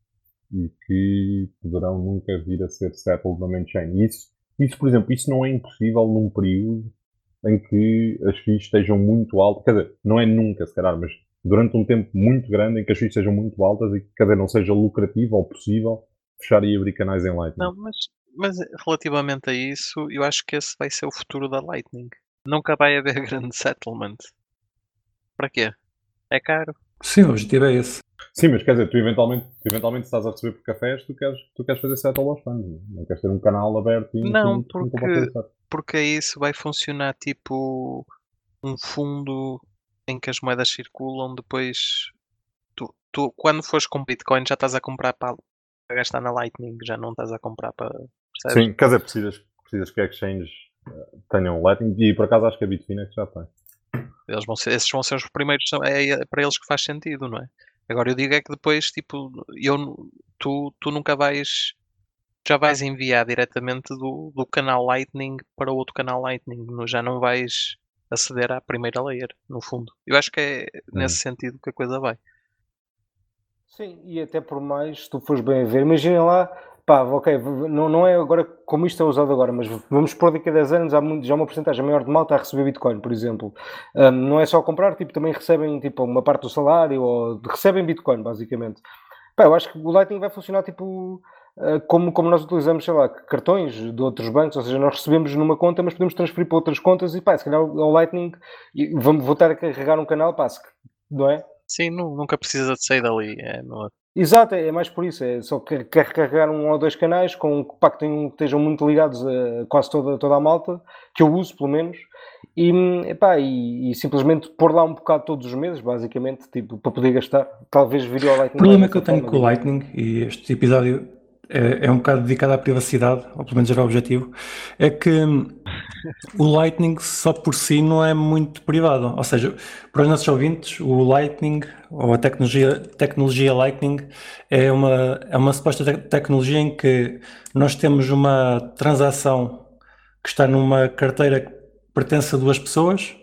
D: e que poderão nunca vir a ser settled na main chain. Isso, isso, por exemplo, isso não é impossível num período em que as fees estejam muito altas. Quer dizer, não é nunca, se calhar, mas durante um tempo muito grande em que as fees sejam muito altas e que, quer dizer, não seja lucrativo ou possível fechar e abrir canais em Lightning.
C: Não, mas, mas relativamente a isso, eu acho que esse vai ser o futuro da Lightning. Nunca vai haver grande settlement. Para quê? É caro?
A: Sim, o objetivo é esse.
D: Sim, mas quer dizer, tu eventualmente, tu eventualmente estás a receber por cafés, tu queres, tu queres fazer settle aos fãs. Não queres ter um canal aberto e
C: Não,
D: infinito, nunca
C: porque,
D: vai pensar.
C: porque isso vai funcionar tipo um fundo em que as moedas circulam. Depois, tu, tu quando fores com Bitcoin, já estás a comprar para, para gastar na Lightning, já não estás a comprar para. Percebes?
D: Sim, quer dizer, precisas, precisas que a exchange uh, tenham Lightning e por acaso acho que a Bitfinex já tem.
C: Eles vão ser, esses vão ser os primeiros, são- é, é para eles que faz sentido, não é? Agora eu digo é que depois, tipo, eu, tu, tu nunca vais, já vais enviar diretamente do, do canal Lightning para outro canal Lightning, não- já não vais aceder à primeira layer, no fundo. Eu acho que é nesse sentido que a coisa vai.
B: Sim, e até por mais, se tu fores bem a ver, imaginem lá, pá, ok, não, não é agora como isto é usado agora, mas vamos por daqui a dez anos, há muito, já uma porcentagem maior de malta a receber Bitcoin, por exemplo. Um, não é só comprar, tipo, também recebem tipo, uma parte do salário, ou recebem Bitcoin, basicamente. Pá, eu acho que o Lightning vai funcionar tipo uh, como, como nós utilizamos, sei lá, cartões de outros bancos, ou seja, nós recebemos numa conta, mas podemos transferir para outras contas e pá, se calhar o Lightning, e vamos voltar a carregar um canal, pá, se, não é?
C: Sim, nu- nunca precisa de sair dali. É, não é?
B: Exato, é mais por isso, é só car- carregar um ou dois canais com pá, que, tenham, que estejam muito ligados a quase toda, toda a malta, que eu uso pelo menos, e, epá, e, e simplesmente pôr lá um bocado todos os meses, basicamente, tipo, para poder gastar. Talvez vir ao Lightning.
A: O problema que eu tenho com o Lightning, e este episódio é, é um bocado dedicado à privacidade, ou pelo menos era o objetivo, é que o Lightning só por si não é muito privado. Ou seja, para os nossos ouvintes, o Lightning, ou a tecnologia, tecnologia Lightning, é uma, é uma suposta te- tecnologia em que nós temos uma transação que está numa carteira que pertence a duas pessoas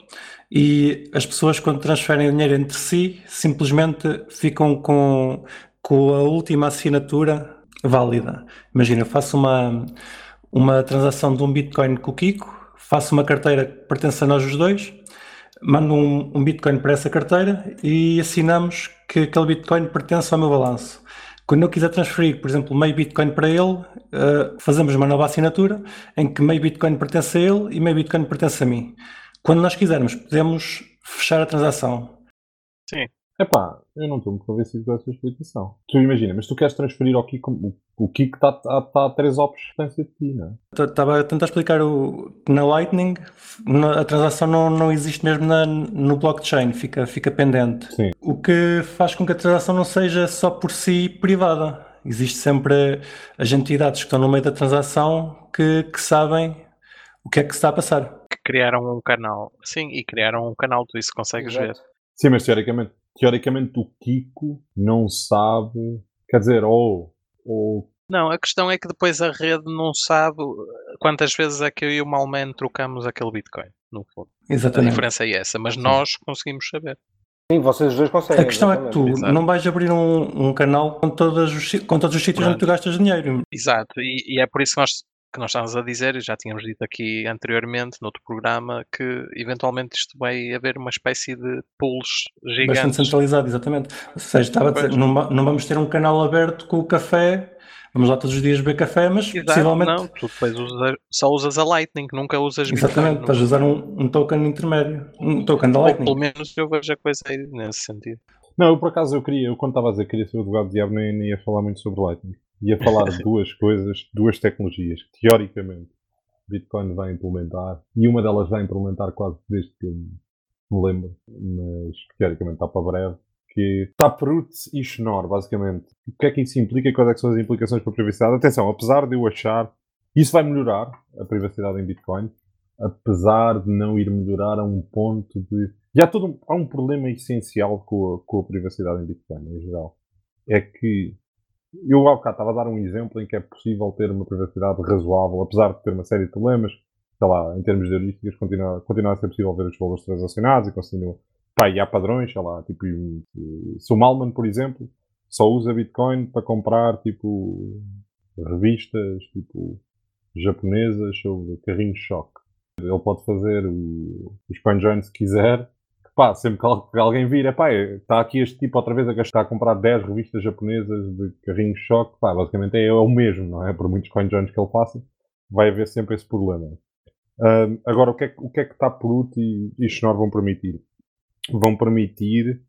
A: e as pessoas, quando transferem o dinheiro entre si, simplesmente ficam com, com a última assinatura válida. Imagina, eu faço uma, uma transação de um Bitcoin com o Kiko, faço uma carteira que pertence a nós os dois, mando um, um Bitcoin para essa carteira e assinamos que aquele Bitcoin pertence ao meu balanço. Quando eu quiser transferir, por exemplo, meio Bitcoin para ele, uh, fazemos uma nova assinatura em que meio Bitcoin pertence a ele e meio Bitcoin pertence a mim. Quando nós quisermos, podemos fechar a transação.
C: Sim.
D: Epá, eu não estou muito convencido com essa explicação. Tu imagina, mas tu queres transferir ao Kiko, o, o Kiko está tá, tá a três opções de distância de ti, não é?
A: Estava a tentar explicar o, que na Lightning na- a transação não, não existe mesmo na- no blockchain, fica, fica pendente.
D: Sim.
A: O que faz com que a transação não seja só por si privada. Existe sempre as entidades que estão no meio da transação que, que sabem o que é que se está a passar.
C: Que criaram um canal. Sim, e criaram um canal, tu isso consegues ver.
B: Exato.
D: Sim, mas teoricamente, teoricamente o Kiko não sabe, quer dizer, ou, ou
C: Não, a questão é que depois a rede não sabe quantas vezes é que eu e o Malman trocamos aquele Bitcoin, no fundo. A
A: Exatamente.
C: diferença é essa, mas nós conseguimos saber.
B: Sim, vocês os dois conseguem.
A: A questão é que tu
C: Exato.
A: não vais abrir um, um canal com, todas os, si- com todos os sítios onde tu
C: Pronto.
A: gastas dinheiro.
C: Exato, e, e é por isso que nós, que nós estamos a dizer, e já tínhamos dito aqui anteriormente, noutro programa, que eventualmente isto vai haver uma espécie de pools
A: Bastante
C: gigantes.
A: centralizado, exatamente. Ou seja, estava a dizer,
C: Pois.
A: não, va- não vamos ter um canal aberto com o café, vamos lá todos os dias beber café, mas
C: Exato,
A: possivelmente.
C: não, tu depois usa, só usas a Lightning, nunca usas Bitcoin.
A: Exatamente, estás a usar um, um token intermédio, um token da
C: Ou pelo
A: Lightning.
C: menos eu vejo a coisa aí nesse sentido.
D: Não, eu por acaso eu queria, eu quando estava a dizer que queria ser o advogado do diabo, nem, nem ia falar muito sobre Lightning. Ia falar de duas coisas, duas tecnologias que teoricamente Bitcoin vai implementar, e uma delas vai implementar quase desde que eu me lembro, mas que teoricamente está para breve, que Taproot e Schnorr, basicamente. O que é que isso implica e quais é que são as implicações para a privacidade? Atenção, apesar de eu achar, isso vai melhorar a privacidade em Bitcoin, apesar de não ir melhorar a um ponto de... E há, todo um, há um problema essencial com a, com a privacidade em Bitcoin, em geral. É que eu há bocado estava a dar um exemplo em que é possível ter uma privacidade razoável, apesar de ter uma série de problemas, sei lá, em termos de heurísticas, continua, continua a ser possível ver os valores transacionados e continua... Pá, e há padrões, sei lá, tipo, se o Malman, por exemplo, só usa Bitcoin para comprar, tipo, revistas, tipo, japonesas sobre carrinhos de choque. Ele pode fazer o, os CoinJoin se quiser. Pá, sempre que alguém vir, é pá, está aqui este tipo outra vez a gastar a comprar dez revistas japonesas de carrinhos de choque. Pá, basicamente é, é o mesmo, não é? Por muitos CoinJoins que ele faça, vai haver sempre esse problema. Um, agora, o que é, o que é que Taproot e, e Schnorr vão permitir? Vão permitir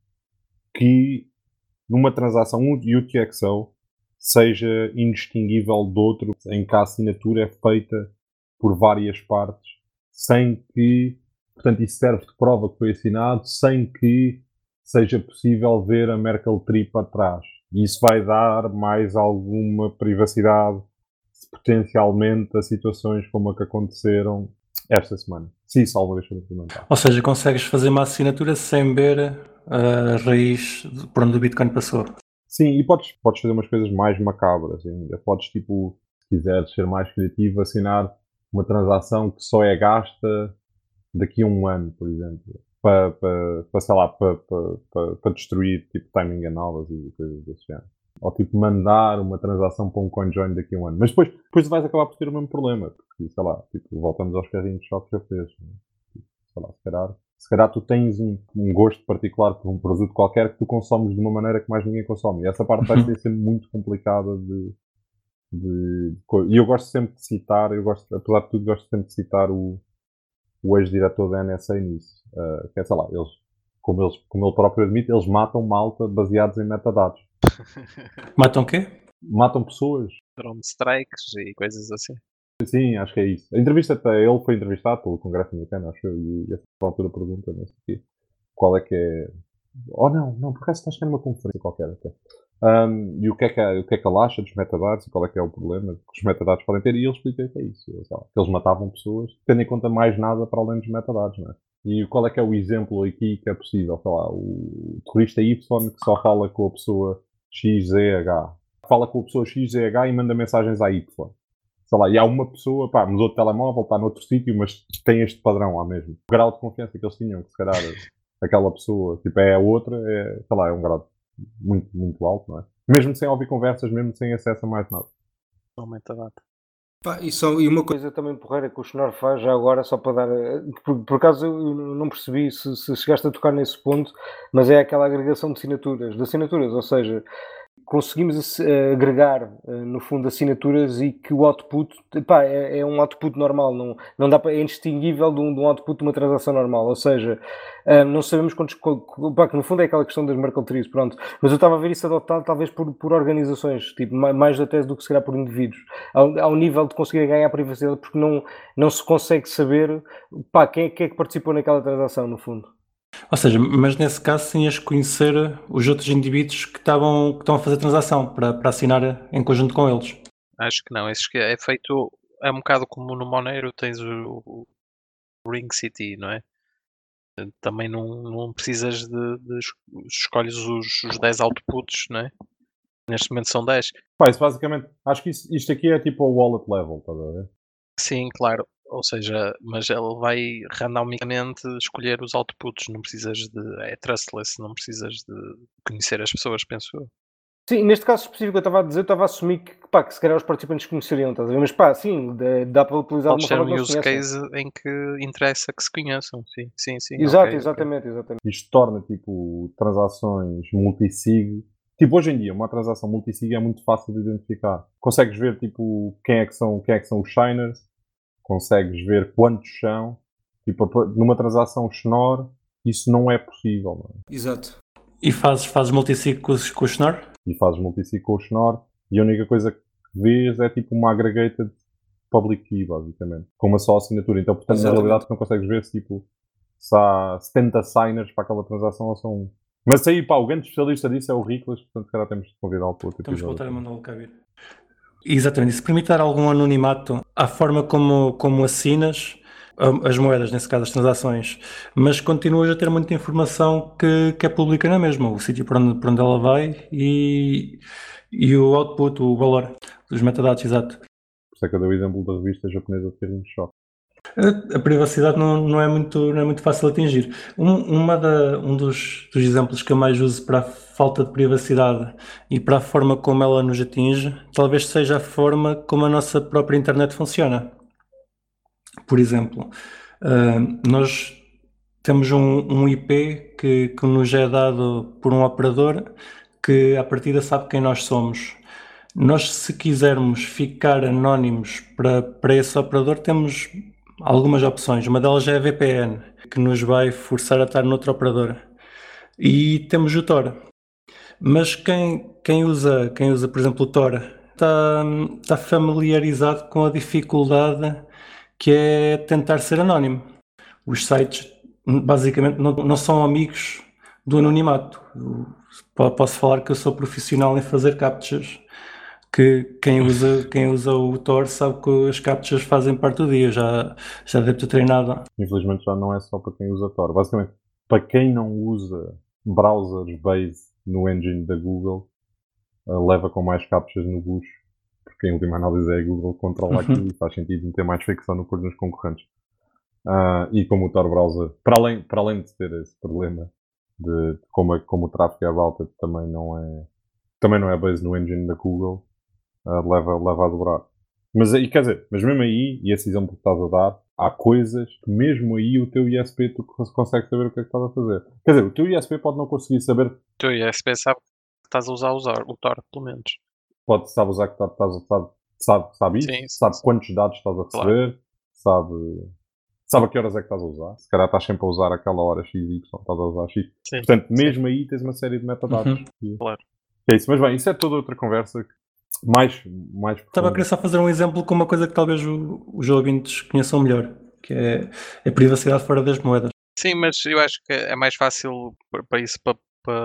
D: que numa transação um U T X O seja indistinguível do outro, em que a assinatura é feita por várias partes, sem que, portanto, isso serve de prova que foi assinado, sem que seja possível ver a Merkle Tree para trás. E isso vai dar mais alguma privacidade, potencialmente, a situações como a que aconteceram esta semana. Se isso alguma vez for implementado.
A: Ou seja, consegues fazer uma assinatura sem ver a raiz de por onde o Bitcoin passou.
D: Sim, e podes, podes fazer umas coisas mais macabras ainda. Podes, tipo, se quiseres ser mais criativo, assinar uma transação que só é gasta daqui a um ano, por exemplo. Para, para, para sei lá, para, para, para, para destruir, tipo, timing análises e coisas desse género. Ou, tipo, mandar uma transação para um CoinJoin daqui a um ano. Mas depois, depois vais acabar por ter o mesmo problema. Porque, sei lá, tipo, voltamos aos carrinhos de choque japoneses. Sei lá, se calhar... Se calhar tu tens um, um gosto particular por um produto qualquer que tu consomes de uma maneira que mais ninguém consome. E essa parte vai ser sempre muito complicada de, de, de... E eu gosto sempre de citar, eu gosto, apesar de tudo, gosto sempre de citar o, o ex-diretor da N S A nisso. Uh, que é, sei lá, eles, como, eles, como ele próprio admite, eles matam malta baseados em metadados.
A: Matam o quê?
D: Matam pessoas.
C: Drone strikes e coisas assim.
D: Sim, acho que é isso. A entrevista até ele foi entrevistado pelo Congresso Americano, acho eu, e a essa altura pergunta, não sei o quê, qual é que é... Oh não, não, por acaso acho que é numa conferência qualquer até. Um, e o que, é que, o que é que ele acha dos metadados e qual é que é o problema que os metadados podem ter, e ele explica que é isso, sei lá, que eles matavam pessoas, tendo em conta mais nada para além dos metadados, não é? E qual é que é o exemplo aqui que é possível? Sei lá, o terrorista Y que só fala com a pessoa X Z H, fala com a pessoa X Z H e manda mensagens à Y. Sei lá, e há uma pessoa, pá, mudou de telemóvel, está noutro sítio, mas tem este padrão lá mesmo. O grau de confiança que eles tinham, que se calhar aquela pessoa, tipo, é a outra, é, sei lá, é um grau muito, muito alto, não é? Mesmo sem ouvir conversas, mesmo sem acesso a mais nada.
C: Aumenta a data.
B: Pá, e, só, e uma coisa também porreira que o Schnorr faz já agora, só para dar. Por, por acaso eu não percebi se, se chegaste a tocar nesse ponto, mas é aquela agregação de assinaturas, de assinaturas, ou seja, conseguimos uh, agregar, uh, no fundo, assinaturas e que o output, pá, é, é um output normal, não, não dá para, é indistinguível de um, de um output de uma transação normal, ou seja, uh, não sabemos quantos, pá, que no fundo é aquela questão das Merkle trees, pronto, mas eu estava a ver isso adotado talvez por, por organizações, tipo, mais até do que se calhar por indivíduos, ao, ao nível de conseguir ganhar privacidade, porque não, não se consegue saber, pá, quem é, quem é que participou naquela transação, no fundo.
A: Ou seja, mas nesse caso tinhas que conhecer os outros indivíduos que estavam que estão a fazer a transação para, para assinar em conjunto com eles.
C: Acho que não, isso que é feito, é um bocado como no Monero tens o, o Ring City, não é? Também não, não precisas de, de escolhes os, os dez outputs, não é? Neste momento são dez.
D: Pá, isso basicamente, acho que isso, isto aqui é tipo o wallet level, estás a ver?
C: Sim, claro. Ou seja, mas ele vai randomicamente escolher os outputs, não precisas de. É trustless, não precisas de conhecer as pessoas, penso eu.
B: Sim, neste caso específico eu estava a dizer, eu estava a assumir que, pá, que se calhar os participantes conheceriam, estás a ver? Mas pá, sim, dá para utilizar
C: Pode
B: de uma
C: ser
B: forma
C: um
B: que não
C: use
B: se conheçam.
C: case em que interessa que se conheçam, sim, sim, sim.
B: Exato,
C: okay,
B: exatamente, okay. exatamente.
D: Isto torna, tipo, transações multisig. Tipo, hoje em dia, uma transação multisig é muito fácil de identificar. Consegues ver, tipo, quem é que são, quem é que são os shiners, consegues ver quantos são. Tipo, numa transação Schnorr, isso não é possível, não é?
E: Exato.
A: E fazes, fazes multisig com, com o Schnorr?
D: E fazes multisig com o Schnorr, e a única coisa que vês é tipo uma aggregated public key, basicamente, com uma só assinatura. Então, portanto, exatamente, na realidade, tu não consegues ver se, tipo, se há setenta signers para aquela transação ou são um. Mas aí, pá, o grande especialista disso é o Riclas, portanto, se calhar temos de convidá-lo para outro episódio.
A: Vamos voltar a mandá-lo cá vir. Exatamente, isso permite dar algum anonimato à forma como, como assinas as moedas, nesse caso as transações, mas continuas a ter muita informação que, que é pública na mesma, o sítio para onde, para onde ela vai e, e o output, o valor dos metadados, exato.
D: Por isso é que eu dei o exemplo da revista japonesa de Terem Shock.
A: A, a privacidade não, não, é muito, não é muito fácil de atingir. Um, uma da, um dos, dos exemplos que eu mais uso para a falta de privacidade e para a forma como ela nos atinge, talvez seja a forma como a nossa própria internet funciona. Por exemplo, uh, nós temos um, um I P que, que nos é dado por um operador que à partida sabe quem nós somos. Nós, se quisermos ficar anónimos para, para esse operador, temos algumas opções. Uma delas é a V P N, que nos vai forçar a estar noutro operador. E temos o Tor. Mas quem, quem, usa, quem usa, por exemplo, o Tor, está, está familiarizado com a dificuldade que é tentar ser anónimo. Os sites, basicamente, não, não são amigos do anonimato. Eu posso falar que eu sou profissional em fazer captchas, que quem usa, quem usa o Tor sabe que as captchas fazem parte do dia, já, já deve ter treinado.
D: Infelizmente já não é só para quem usa Tor. Basicamente, para quem não usa browsers base no engine da Google, uh, leva com mais captchas no bucho, porque em última análise é a Google que controla uhum. aquilo e faz sentido meter mais fricção no pôr nos concorrentes. Uh, e como o Tor browser, para além, para além de ter esse problema de, de como, como o tráfego é routed também não é, também não é base no engine da Google, uh, leva, leva a dobrar. Mas aí, quer dizer, mas mesmo aí, e esse exemplo que estás a dar, há coisas que mesmo aí o teu I S P tu consegues saber o que é que estás a fazer. Quer dizer, o teu I S P pode não conseguir saber. O
C: teu I S P sabe que estás a usar, usar o Tor, pelo menos.
D: Pode, sabe usar que estás, estás, sabe, sabe, sabe isso, sim, sabe sim. Quantos dados estás a receber, claro. sabe, sabe a que horas é que estás a usar. Se calhar estás sempre a usar aquela hora X Y, estás a usar X. Sim, portanto, mesmo sim. aí tens uma série de metadados.
A: Uhum.
D: Que...
C: Claro.
D: É isso, mas bem, isso é toda outra conversa. Mais, mais
A: Estava a querer só fazer um exemplo com uma coisa que talvez o, os ouvintes conheçam melhor, que é a privacidade fora das moedas.
C: Sim, mas eu acho que é mais fácil para isso, para, para,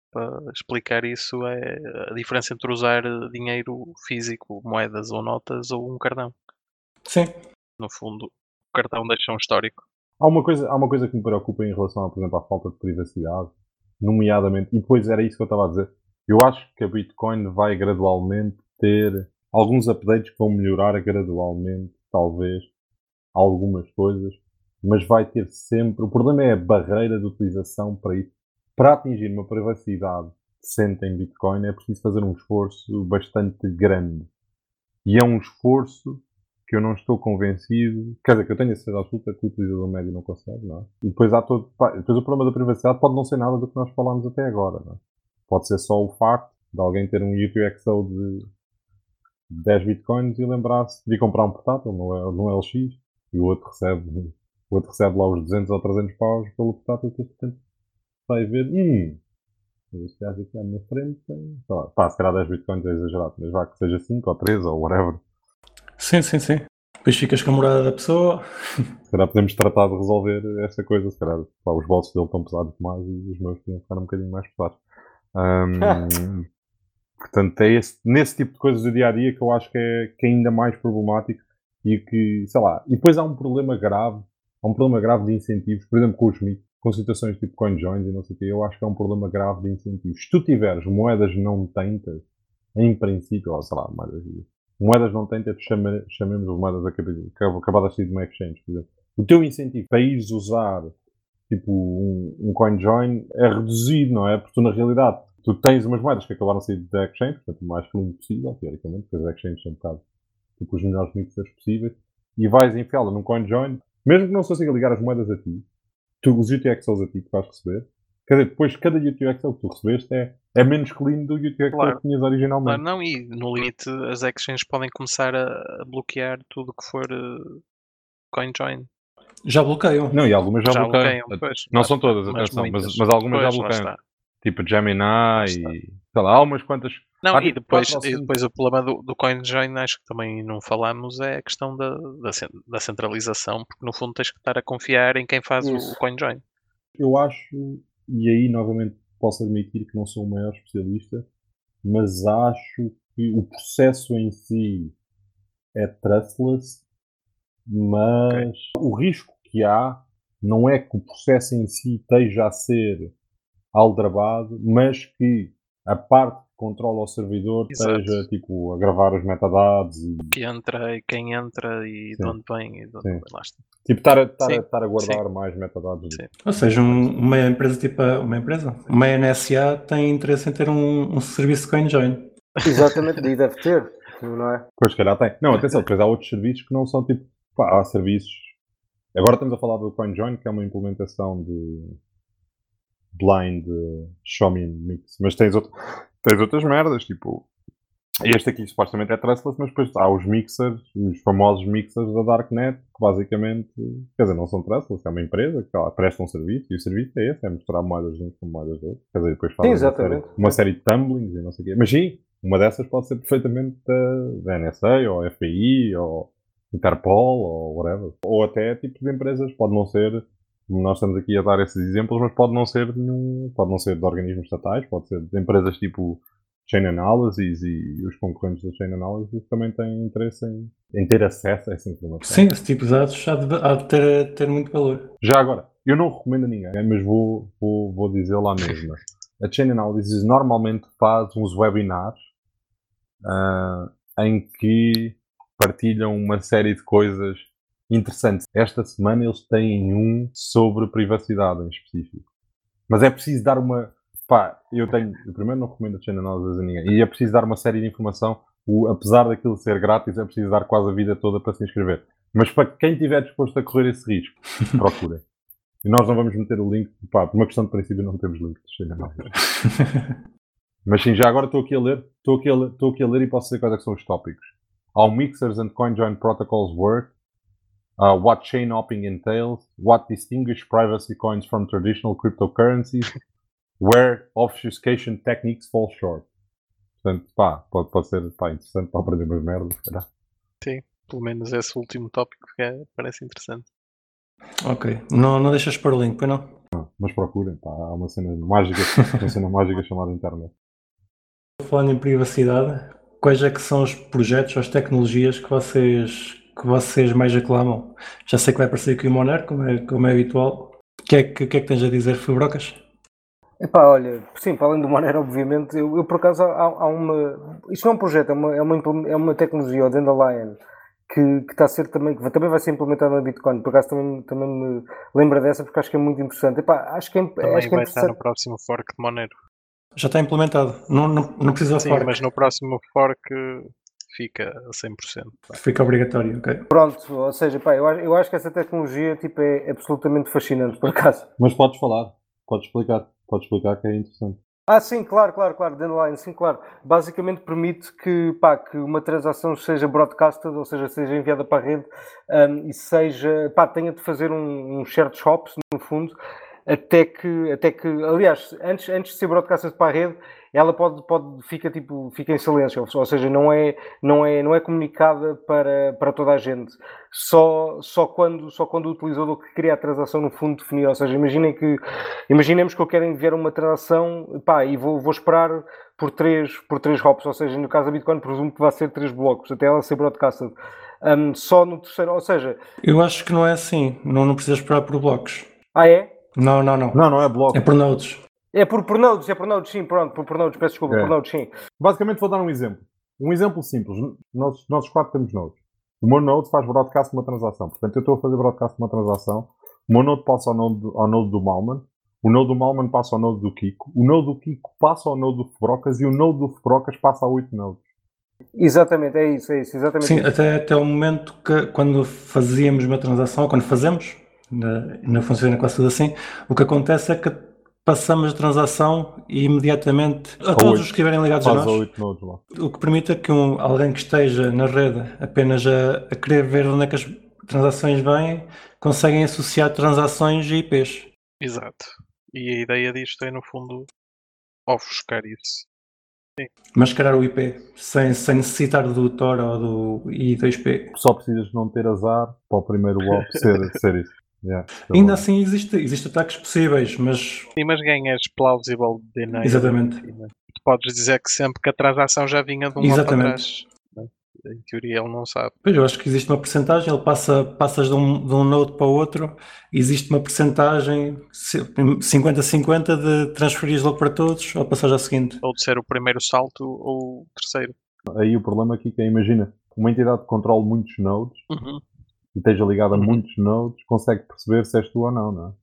C: para explicar isso é a diferença entre usar dinheiro físico, moedas ou notas, ou um cartão.
A: Sim.
C: No fundo, o cartão deixa um histórico.
D: Há uma, coisa, há uma coisa que me preocupa em relação, por exemplo, à falta de privacidade, nomeadamente, e depois era isso que eu estava a dizer, eu acho que a Bitcoin vai gradualmente ter alguns updates que vão melhorar gradualmente, talvez, algumas coisas, mas vai ter sempre... O problema é a barreira de utilização para isso. Para atingir uma privacidade decente em Bitcoin é preciso fazer um esforço bastante grande. E é um esforço que eu não estou convencido, quer dizer, que eu tenho a certeza absoluta que o utilizador médio não consegue, não é? E depois há todo, pá, depois o problema da privacidade pode não ser nada do que nós falámos até agora, não é? Pode ser só o facto de alguém ter um U T X O de dez bitcoins e lembrar-se de ir comprar um portátil no, no L X e o outro recebe, o outro recebe lá os duzentos ou trezentos paus pelo portátil que portanto vai ver, hum, este gajo aqui à minha frente, sei lá, pá, se calhar dez bitcoins é exagerado, mas vá que seja cinco ou três ou whatever.
A: Sim, sim, sim. Depois ficas com a morada da pessoa.
D: Se calhar podemos tratar de resolver essa coisa. Se calhar pá, os bolsos dele estão pesados demais e os meus tinham que ficar um bocadinho mais pesados. Um, portanto, é esse, nesse tipo de coisas do dia a dia que eu acho que é, que é ainda mais problemático e que, sei lá, e depois há um problema grave, há um problema grave de incentivos, por exemplo, com os M I C, com situações tipo CoinJoins e não sei o quê, eu acho que é um problema grave de incentivos. Se tu tiveres moedas não tentas, em princípio, ou sei lá, moedas moedas não tentas, chama, chamemos de moedas acabadas de sair de uma exchange, por exemplo. O teu incentivo para ires usar tipo um, um CoinJoin é reduzido, não é? Porque tu na realidade tu tens umas moedas que acabaram de sair da exchange, portanto o mais clean possível, teoricamente, porque as exchanges são um bocado tipo os melhores mixers possíveis, e vais enfiá-la num CoinJoin, mesmo que não se consiga ligar as moedas a ti, tu, os U T X Os a ti que vais receber, quer dizer, depois cada U T X O que tu recebeste é, é menos clean do U T X O
C: Claro.
D: que tinhas originalmente.
C: Claro, não, e no limite as exchanges podem começar a, a bloquear tudo que for uh, CoinJoin.
A: Já bloqueiam.
D: Não, e algumas já,
C: Já
D: bloqueiam.
C: bloqueiam, pois,
D: não
C: lá
D: são
C: está,
D: todas,
C: mas
D: atenção, mas,
C: muitas.
D: mas algumas já
C: Pois, lá
D: bloqueiam.
C: está.
D: Tipo Gemini
C: Lá está.
D: e sei lá, há umas quantas.
C: Não,
D: há
C: e
D: tipo
C: depois,
D: quatro ou
C: e
D: cinco.
C: depois o problema do, do CoinJoin, acho que também não falamos, é a questão da, da, cen- da centralização, porque no fundo tens que estar a confiar em quem faz o,
B: Isso.
C: o CoinJoin.
D: Eu acho, e aí novamente posso admitir que não sou o maior especialista, mas acho que o processo em si é trustless, mas o risco que há não é que o processo em si esteja a ser aldrabado, mas que a parte que controla o servidor
C: Exato.
D: esteja tipo, a gravar os metadados e
C: Que entra e quem entra e
D: Sim.
C: de onde vem e de onde
D: Sim.
C: vem, lá está.
D: tipo, estar a, estar a,
C: Sim,
D: estar a guardar mais metadados.
C: Sim.
A: Ou seja, um- uma empresa tipo a- uma empresa, uma N S A tem interesse em ter um, um serviço de CoinJoin.
B: Exatamente, daí deve ter, não é?
D: Pois, se calhar tem. Não, atenção, depois há outros serviços que não são tipo. Pá, há serviços. Agora estamos a falar do CoinJoin, que é uma implementação de blind uh, Xiaomi Mix, mas tens, outro, tens outras merdas, tipo. Este aqui supostamente é trustless, mas depois há os mixers, os famosos mixers da Darknet, que basicamente, quer dizer, não são trustless, é uma empresa que lá, presta um serviço, e o serviço é esse, é misturar moedas de uns com moedas de outros. Quer dizer, depois fazem
B: Sim,
D: uma série,
B: exatamente.
D: uma série de tumblings e não sei o quê. Mas sim, uma dessas pode ser perfeitamente da, da N S A, ou F B I, ou Interpol, ou whatever. Ou até tipo de empresas, pode não ser, nós estamos aqui a dar esses exemplos, mas pode não ser de nenhum, pode não ser de organismos estatais, pode ser de empresas tipo Chain Analysis e os concorrentes da Chain Analysis também têm interesse em, em ter acesso a essa informação.
A: Sim, esse tipo de dados há de, há de ter, ter muito valor.
D: Já agora, eu não recomendo a ninguém, mas vou, vou, vou dizer lá mesmo. A Chain Analysis normalmente faz uns webinars uh, em que partilham uma série de coisas interessantes. Esta semana eles têm um sobre privacidade em específico. Mas é preciso dar uma... Pá, eu tenho... Eu primeiro não recomendo a Chain Analysis a ninguém. E é preciso dar uma série de informação. O, apesar daquilo ser grátis, é preciso dar quase a vida toda para se inscrever. Mas para quem estiver disposto a correr esse risco, procurem. E nós não vamos meter o link. Pá, por uma questão de princípio não temos link de Chain Analysis. Mas sim, já agora estou aqui a ler. Estou aqui a ler, estou aqui a ler e posso dizer quais é que são os tópicos. How mixers and CoinJoin protocols work. Uh, what chain hopping entails. What distinguishes privacy coins from traditional cryptocurrencies. Where obfuscation techniques fall short. Portanto, pá, pode, pode ser pá, interessante para aprender umas merdas. Será?
C: Sim, pelo menos esse último tópico que é, parece interessante.
A: Ok. Não, não deixas pôr o link, pois não?
D: Não. Mas procurem, pá, há uma cena mágica, uma cena mágica chamada internet.
A: Falando em privacidade, quais é que são os projetos ou as tecnologias que vocês, que vocês mais aclamam? Já sei que vai aparecer aqui o Monero, como é, como é habitual. O que é que, que é que tens a dizer, Fubrocas?
B: Epá, olha, sim, para além do Monero, obviamente, eu, eu por acaso há, há uma. Isto não é um projeto, é uma, é uma, implement- é uma tecnologia, o Dandelion, que, que está a ser também, que também vai ser implementada na Bitcoin. Por acaso também, também me lembro dessa porque acho que é muito interessante. Epá, acho que é,
C: Também
B: acho que é
C: vai estar no
B: interessante.
C: próximo fork de Monero.
A: Já está implementado. Não, não, não precisa de
C: Sim,
A: fork.
C: mas no próximo fork eh, fica a cem por cento.
A: Fica obrigatório, ok?
B: Pronto, ou seja, pá, eu, acho, eu acho que essa tecnologia tipo, é absolutamente fascinante, por acaso.
D: Mas podes falar, podes explicar, podes explicar que é interessante.
B: Ah, sim, claro, claro, claro, Dandelion, sim, claro. Basicamente permite que, pá, que uma transação seja broadcasted, ou seja, seja enviada para a rede um, e seja, pá, tenha de fazer um, um shared hops, no fundo, até que, até que, aliás, antes, antes de ser broadcasted para a rede, ela pode, pode fica tipo, fica em silêncio, ou seja, não é, não é, não é comunicada para, para toda a gente. Só, só, quando, só quando o utilizador que cria a transação no fundo definir, ou seja, imaginem que, imaginemos que eu quero enviar uma transação, pá, e vou, vou esperar por três, por três hops, ou seja, no caso da Bitcoin, presumo que vai ser três blocos, até ela ser broadcasted. Um, só no terceiro, ou seja...
A: Eu acho que não é assim. Não, não precisas esperar por blocos.
B: Ah, é?
A: Não, não, não.
D: Não, não é bloco.
A: É por nodes.
B: É por, por nodes, é por nodes, sim, pronto, por, por nodes, peço desculpa,
D: É.
B: por nodes, sim.
D: Basicamente vou dar um exemplo. Um exemplo simples. Nós, nós quatro temos nodes. O meu node faz broadcast de uma transação. Portanto, eu estou a fazer broadcast de uma transação. O meu node passa ao node, ao node do Malman. O node do Malman passa ao node do Kiko. O node do Kiko passa ao node do Fubrocas. E o node do Fubrocas passa a oito nodes.
B: Exatamente, é isso, é isso, exatamente.
A: Sim,
B: isso.
A: até, até o momento que quando fazíamos uma transação, quando fazemos, ainda não funciona quase tudo assim, o que acontece é que passamos a transação e imediatamente a todos
D: oito.
A: os que estiverem ligados a
D: Faz a
A: nós,
D: oito nodes lá.
A: o que permite que um, alguém que esteja na rede apenas a, a querer ver onde é que as transações vêm, conseguem associar transações e I Ps.
C: Exato. E a ideia disto é, no fundo, ofuscar isso.
A: Mascarar o I P sem, sem necessitar do Tor ou do I dois P.
D: Só precisas não ter azar para o primeiro op ser, ser isso. Yeah,
A: Ainda assim existe, existe ataques possíveis, mas
C: Sim, mas ganhas plausible deniability,
A: exatamente.
C: né? Tu podes dizer que sempre que a transação já vinha de um lado para
A: Exatamente.
C: trás. Né? Em teoria ele não sabe.
A: Pois eu acho que existe uma percentagem, ele passa, passas de um, de um node para o outro, existe uma percentagem cinquenta a cinquenta de transferir logo para todos ou passar à seguinte.
C: Ou de ser o primeiro salto ou o terceiro.
D: Aí o problema aqui que é, imagina, uma entidade que controla muitos nodes
C: Uhum.
D: e esteja ligada a
C: Uhum.
D: muitos nodes, consegue perceber se és tu ou não, não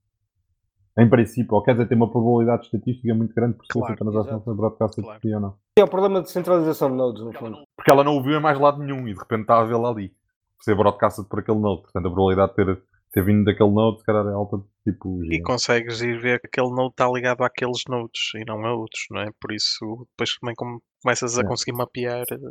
D: é? Em princípio, ou quer dizer, tem uma probabilidade estatística muito grande de perceber
C: Claro,
D: se a transação
B: exato.
D: foi broadcast
C: Claro.
D: por ti ou não.
B: É o problema de centralização de nodes, no fundo.
D: Porque ela não o viu em mais lado nenhum e de repente está a vê-la ali. Por ser broadcasted por aquele node. Portanto, a probabilidade de ter, ter vindo daquele node, se calhar, é alta, tipo,
C: E
D: gigante.
C: consegues ir ver que aquele node está ligado àqueles nodes e não a outros, não é? Por isso, depois também como começas a
D: É.
C: conseguir mapear, eh,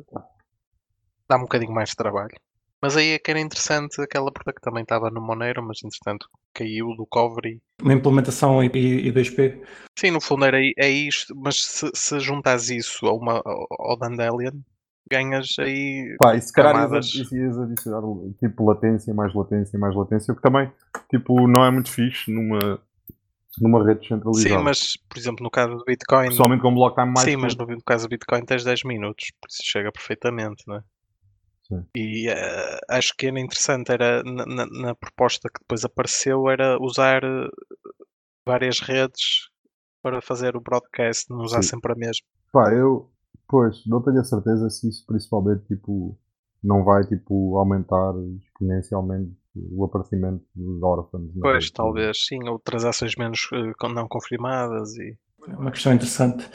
C: dá um bocadinho mais de trabalho. Mas aí é que era interessante aquela porta que também estava no Monero, mas entretanto caiu do cover e...
A: Uma implementação I I dois P.
C: Sim, no fundo era, é isto, mas se, se juntas isso a uma, ao, ao Dandelion, ganhas aí
D: Pá, e se calhar ias,
C: camadas.
D: ad- ias adicionar tipo latência, mais latência, mais latência, o que também tipo, não é muito fixe numa, numa rede descentralizada.
C: Sim, mas por exemplo no caso do Bitcoin...
D: Principalmente com um block time mais
C: Sim, mas
D: curto.
C: no, no caso do Bitcoin tens dez minutos, por isso chega perfeitamente, não é?
D: Sim.
C: E eh, acho que era interessante, era na, na- na proposta que depois apareceu, era usar eh, várias redes para fazer o broadcast, não usar
D: Sim.
C: sempre a mesma.
D: Pá, eu, pois, não tenho a certeza se isso principalmente, tipo, não vai, tipo, aumentar exponencialmente o aparecimento dos órfãos. na
C: Pois,
D: rede.
C: talvez sim, ou transações menos eh, con- não confirmadas e...
A: É uma questão interessante.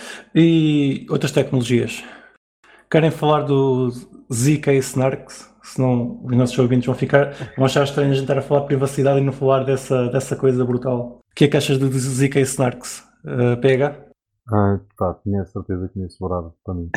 A: E outras tecnologias? Querem falar do Z K Snarks? Senão os nossos ouvintes vão ficar, vão achar estranho a gente estar a falar de privacidade e não falar dessa, dessa coisa brutal. O que é que achas do Z K Snarks? Uh, P H?
D: Ah, pá, tinha a certeza que tinha sobrado para mim.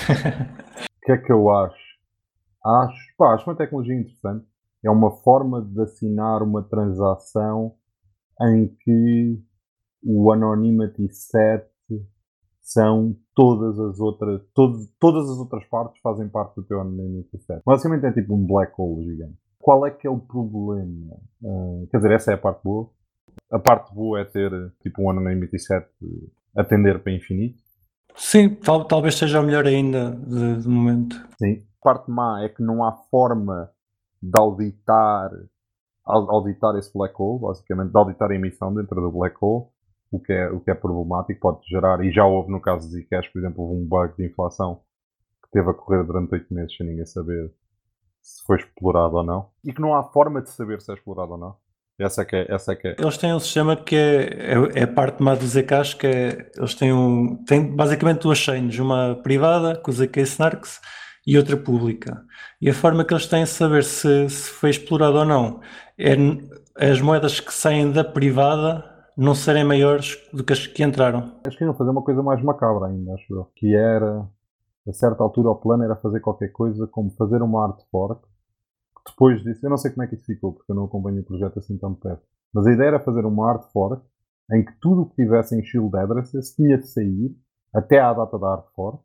D: O que é que eu acho? Acho, pá, acho uma tecnologia interessante. É uma forma de assinar uma transação em que o anonymity set são todas as outras, todas, todas as outras partes fazem parte do teu anonymity set. Basicamente é tipo um black hole gigante. Qual é que é o problema? Uh, quer dizer, essa é a parte boa. A parte boa é ter tipo um Anonymity set a tender para infinito.
A: Sim, tal, talvez seja o melhor ainda de, de momento.
D: Sim. A parte má é que não há forma de auditar, auditar esse black hole, basicamente, de auditar a emissão dentro do black hole, o que é, o que é problemático, pode gerar, e já houve no caso de Zcash, por exemplo, houve um bug de inflação que teve a correr durante oito meses sem ninguém saber se foi explorado ou não, e que não há forma de saber se é explorado ou não. Essa é que é, essa é, que é.
A: Eles têm um sistema que é, é, é a parte má do Zcash, que é, eles têm, um, têm basicamente duas chains, uma privada, com o Z K Snarks, e outra pública. E a forma que eles têm de saber se, se foi explorado ou não é as moedas que saem da privada não serem maiores do que as que entraram.
D: Acho que iam fazer uma coisa mais macabra ainda, acho eu. Que era, a certa altura, o plano era fazer qualquer coisa como fazer uma hard fork. Depois disso, eu não sei como é que isso ficou, porque eu não acompanho o projeto assim tão de perto. Mas a ideia era fazer uma hard fork em que tudo o que tivesse em shield addresses tinha de sair até à data da hard fork.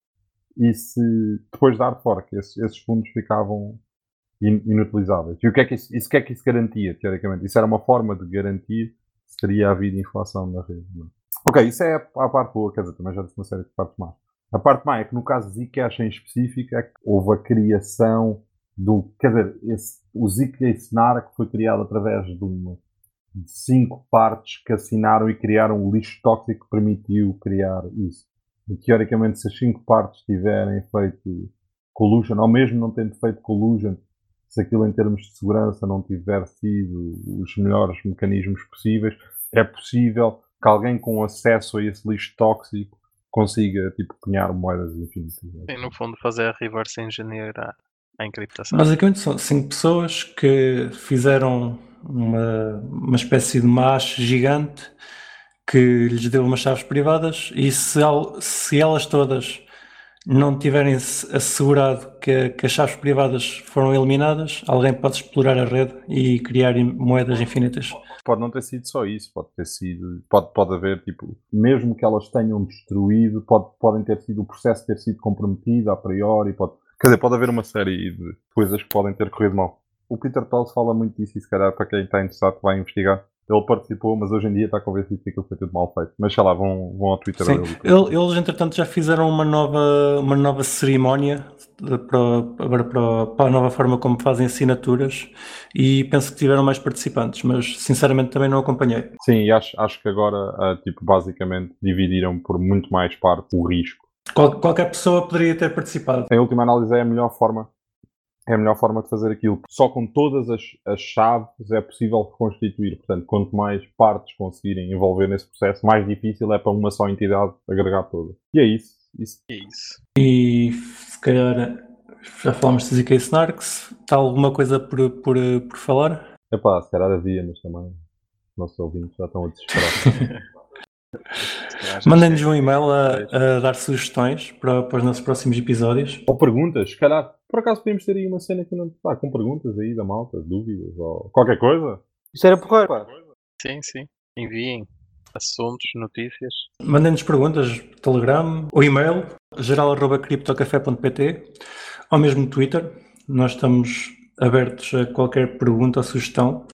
D: E se depois da hard fork esses, esses fundos ficavam in, inutilizáveis. E o que é que isso, isso, que é que isso garantia, teoricamente? Isso era uma forma de garantir se teria havido inflação na rede. Não? Ok, isso é a, a parte boa, quer dizer, também já disse uma série de partes más. A parte má é que no caso de Zcash em específico é que houve a criação do, quer dizer, esse, o Zk-Snark foi criado através de, uma, de cinco partes que assinaram e criaram o lixo tóxico que permitiu criar isso. E, teoricamente, se as cinco partes tiverem feito collusion, ou mesmo não tendo feito collusion, se aquilo em termos de segurança não tiver sido os melhores mecanismos possíveis, é possível que alguém com acesso a esse lixo tóxico consiga, tipo, cunhar moedas infinitas.
C: Sim, no fundo, fazer a reverse engineer à, à encriptação.
A: Basicamente são cinco pessoas que fizeram uma, uma espécie de uma haste gigante que lhes deu umas chaves privadas e se, se elas todas não tiverem assegurado que, que as chaves privadas foram eliminadas, alguém pode explorar a rede e criar moedas infinitas.
D: Pode não ter sido só isso, pode ter sido, pode, pode haver, tipo, mesmo que elas tenham destruído, pode, podem ter sido, o processo ter sido comprometido a priori, pode, quer dizer, pode haver uma série de coisas que podem ter corrido mal. O Peter Tolles fala muito disso e se calhar para quem está interessado vai investigar. Ele participou, mas hoje em dia está convencido que aquilo foi tudo mal feito. Mas sei lá, vão, vão ao Twitter
A: Sim.
D: dele.
A: Eles, entretanto, já fizeram uma nova, uma nova cerimónia para, agora para, para a nova forma como fazem assinaturas e penso que tiveram mais participantes, mas sinceramente também não acompanhei.
D: Sim, e acho, acho que agora, tipo, basicamente dividiram por muito mais parte o risco.
A: Qual, qualquer pessoa poderia ter participado.
D: Em última análise é a melhor forma. É a melhor forma de fazer aquilo. Só com todas as, as chaves é possível reconstituir. Portanto, quanto mais partes conseguirem envolver nesse processo, mais difícil é para uma só entidade agregar todas. E é isso. isso.
C: É isso.
A: E se calhar já falámos de Z K Snarks. Está alguma coisa por, por, por falar?
D: Epá, se calhar havia, mas também os nossos ouvintes já estão a desesperar.
A: Mandem-nos um e-mail a, a dar sugestões para, para os nossos próximos episódios.
D: Ou perguntas, se calhar, por acaso podemos ter aí uma cena que não pá, com perguntas aí da malta, dúvidas ou qualquer coisa.
B: Isso era porra, pá.
C: Sim, sim. Enviem assuntos, notícias.
A: Mandem-nos perguntas no Telegram ou e-mail geral arroba criptocafé ponto pt ou mesmo no Twitter. Nós estamos abertos a qualquer pergunta ou sugestão.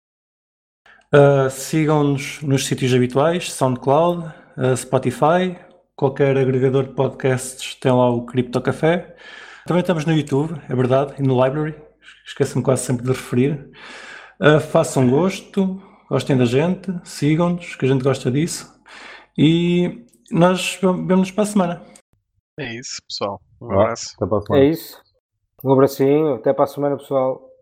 A: Uh, sigam-nos nos sítios habituais, SoundCloud, uh, Spotify, qualquer agregador de podcasts tem lá o Cripto Café. Também estamos no YouTube, é verdade, e no Library, esqueço-me quase sempre de referir. Uh, façam gosto, gostem da gente, sigam-nos, que a gente gosta disso. E nós vemos-nos para a semana.
C: É isso, pessoal. Um
D: Ah,
C: abraço.
D: até para a semana.
B: É isso. Um abracinho, até para a semana, pessoal.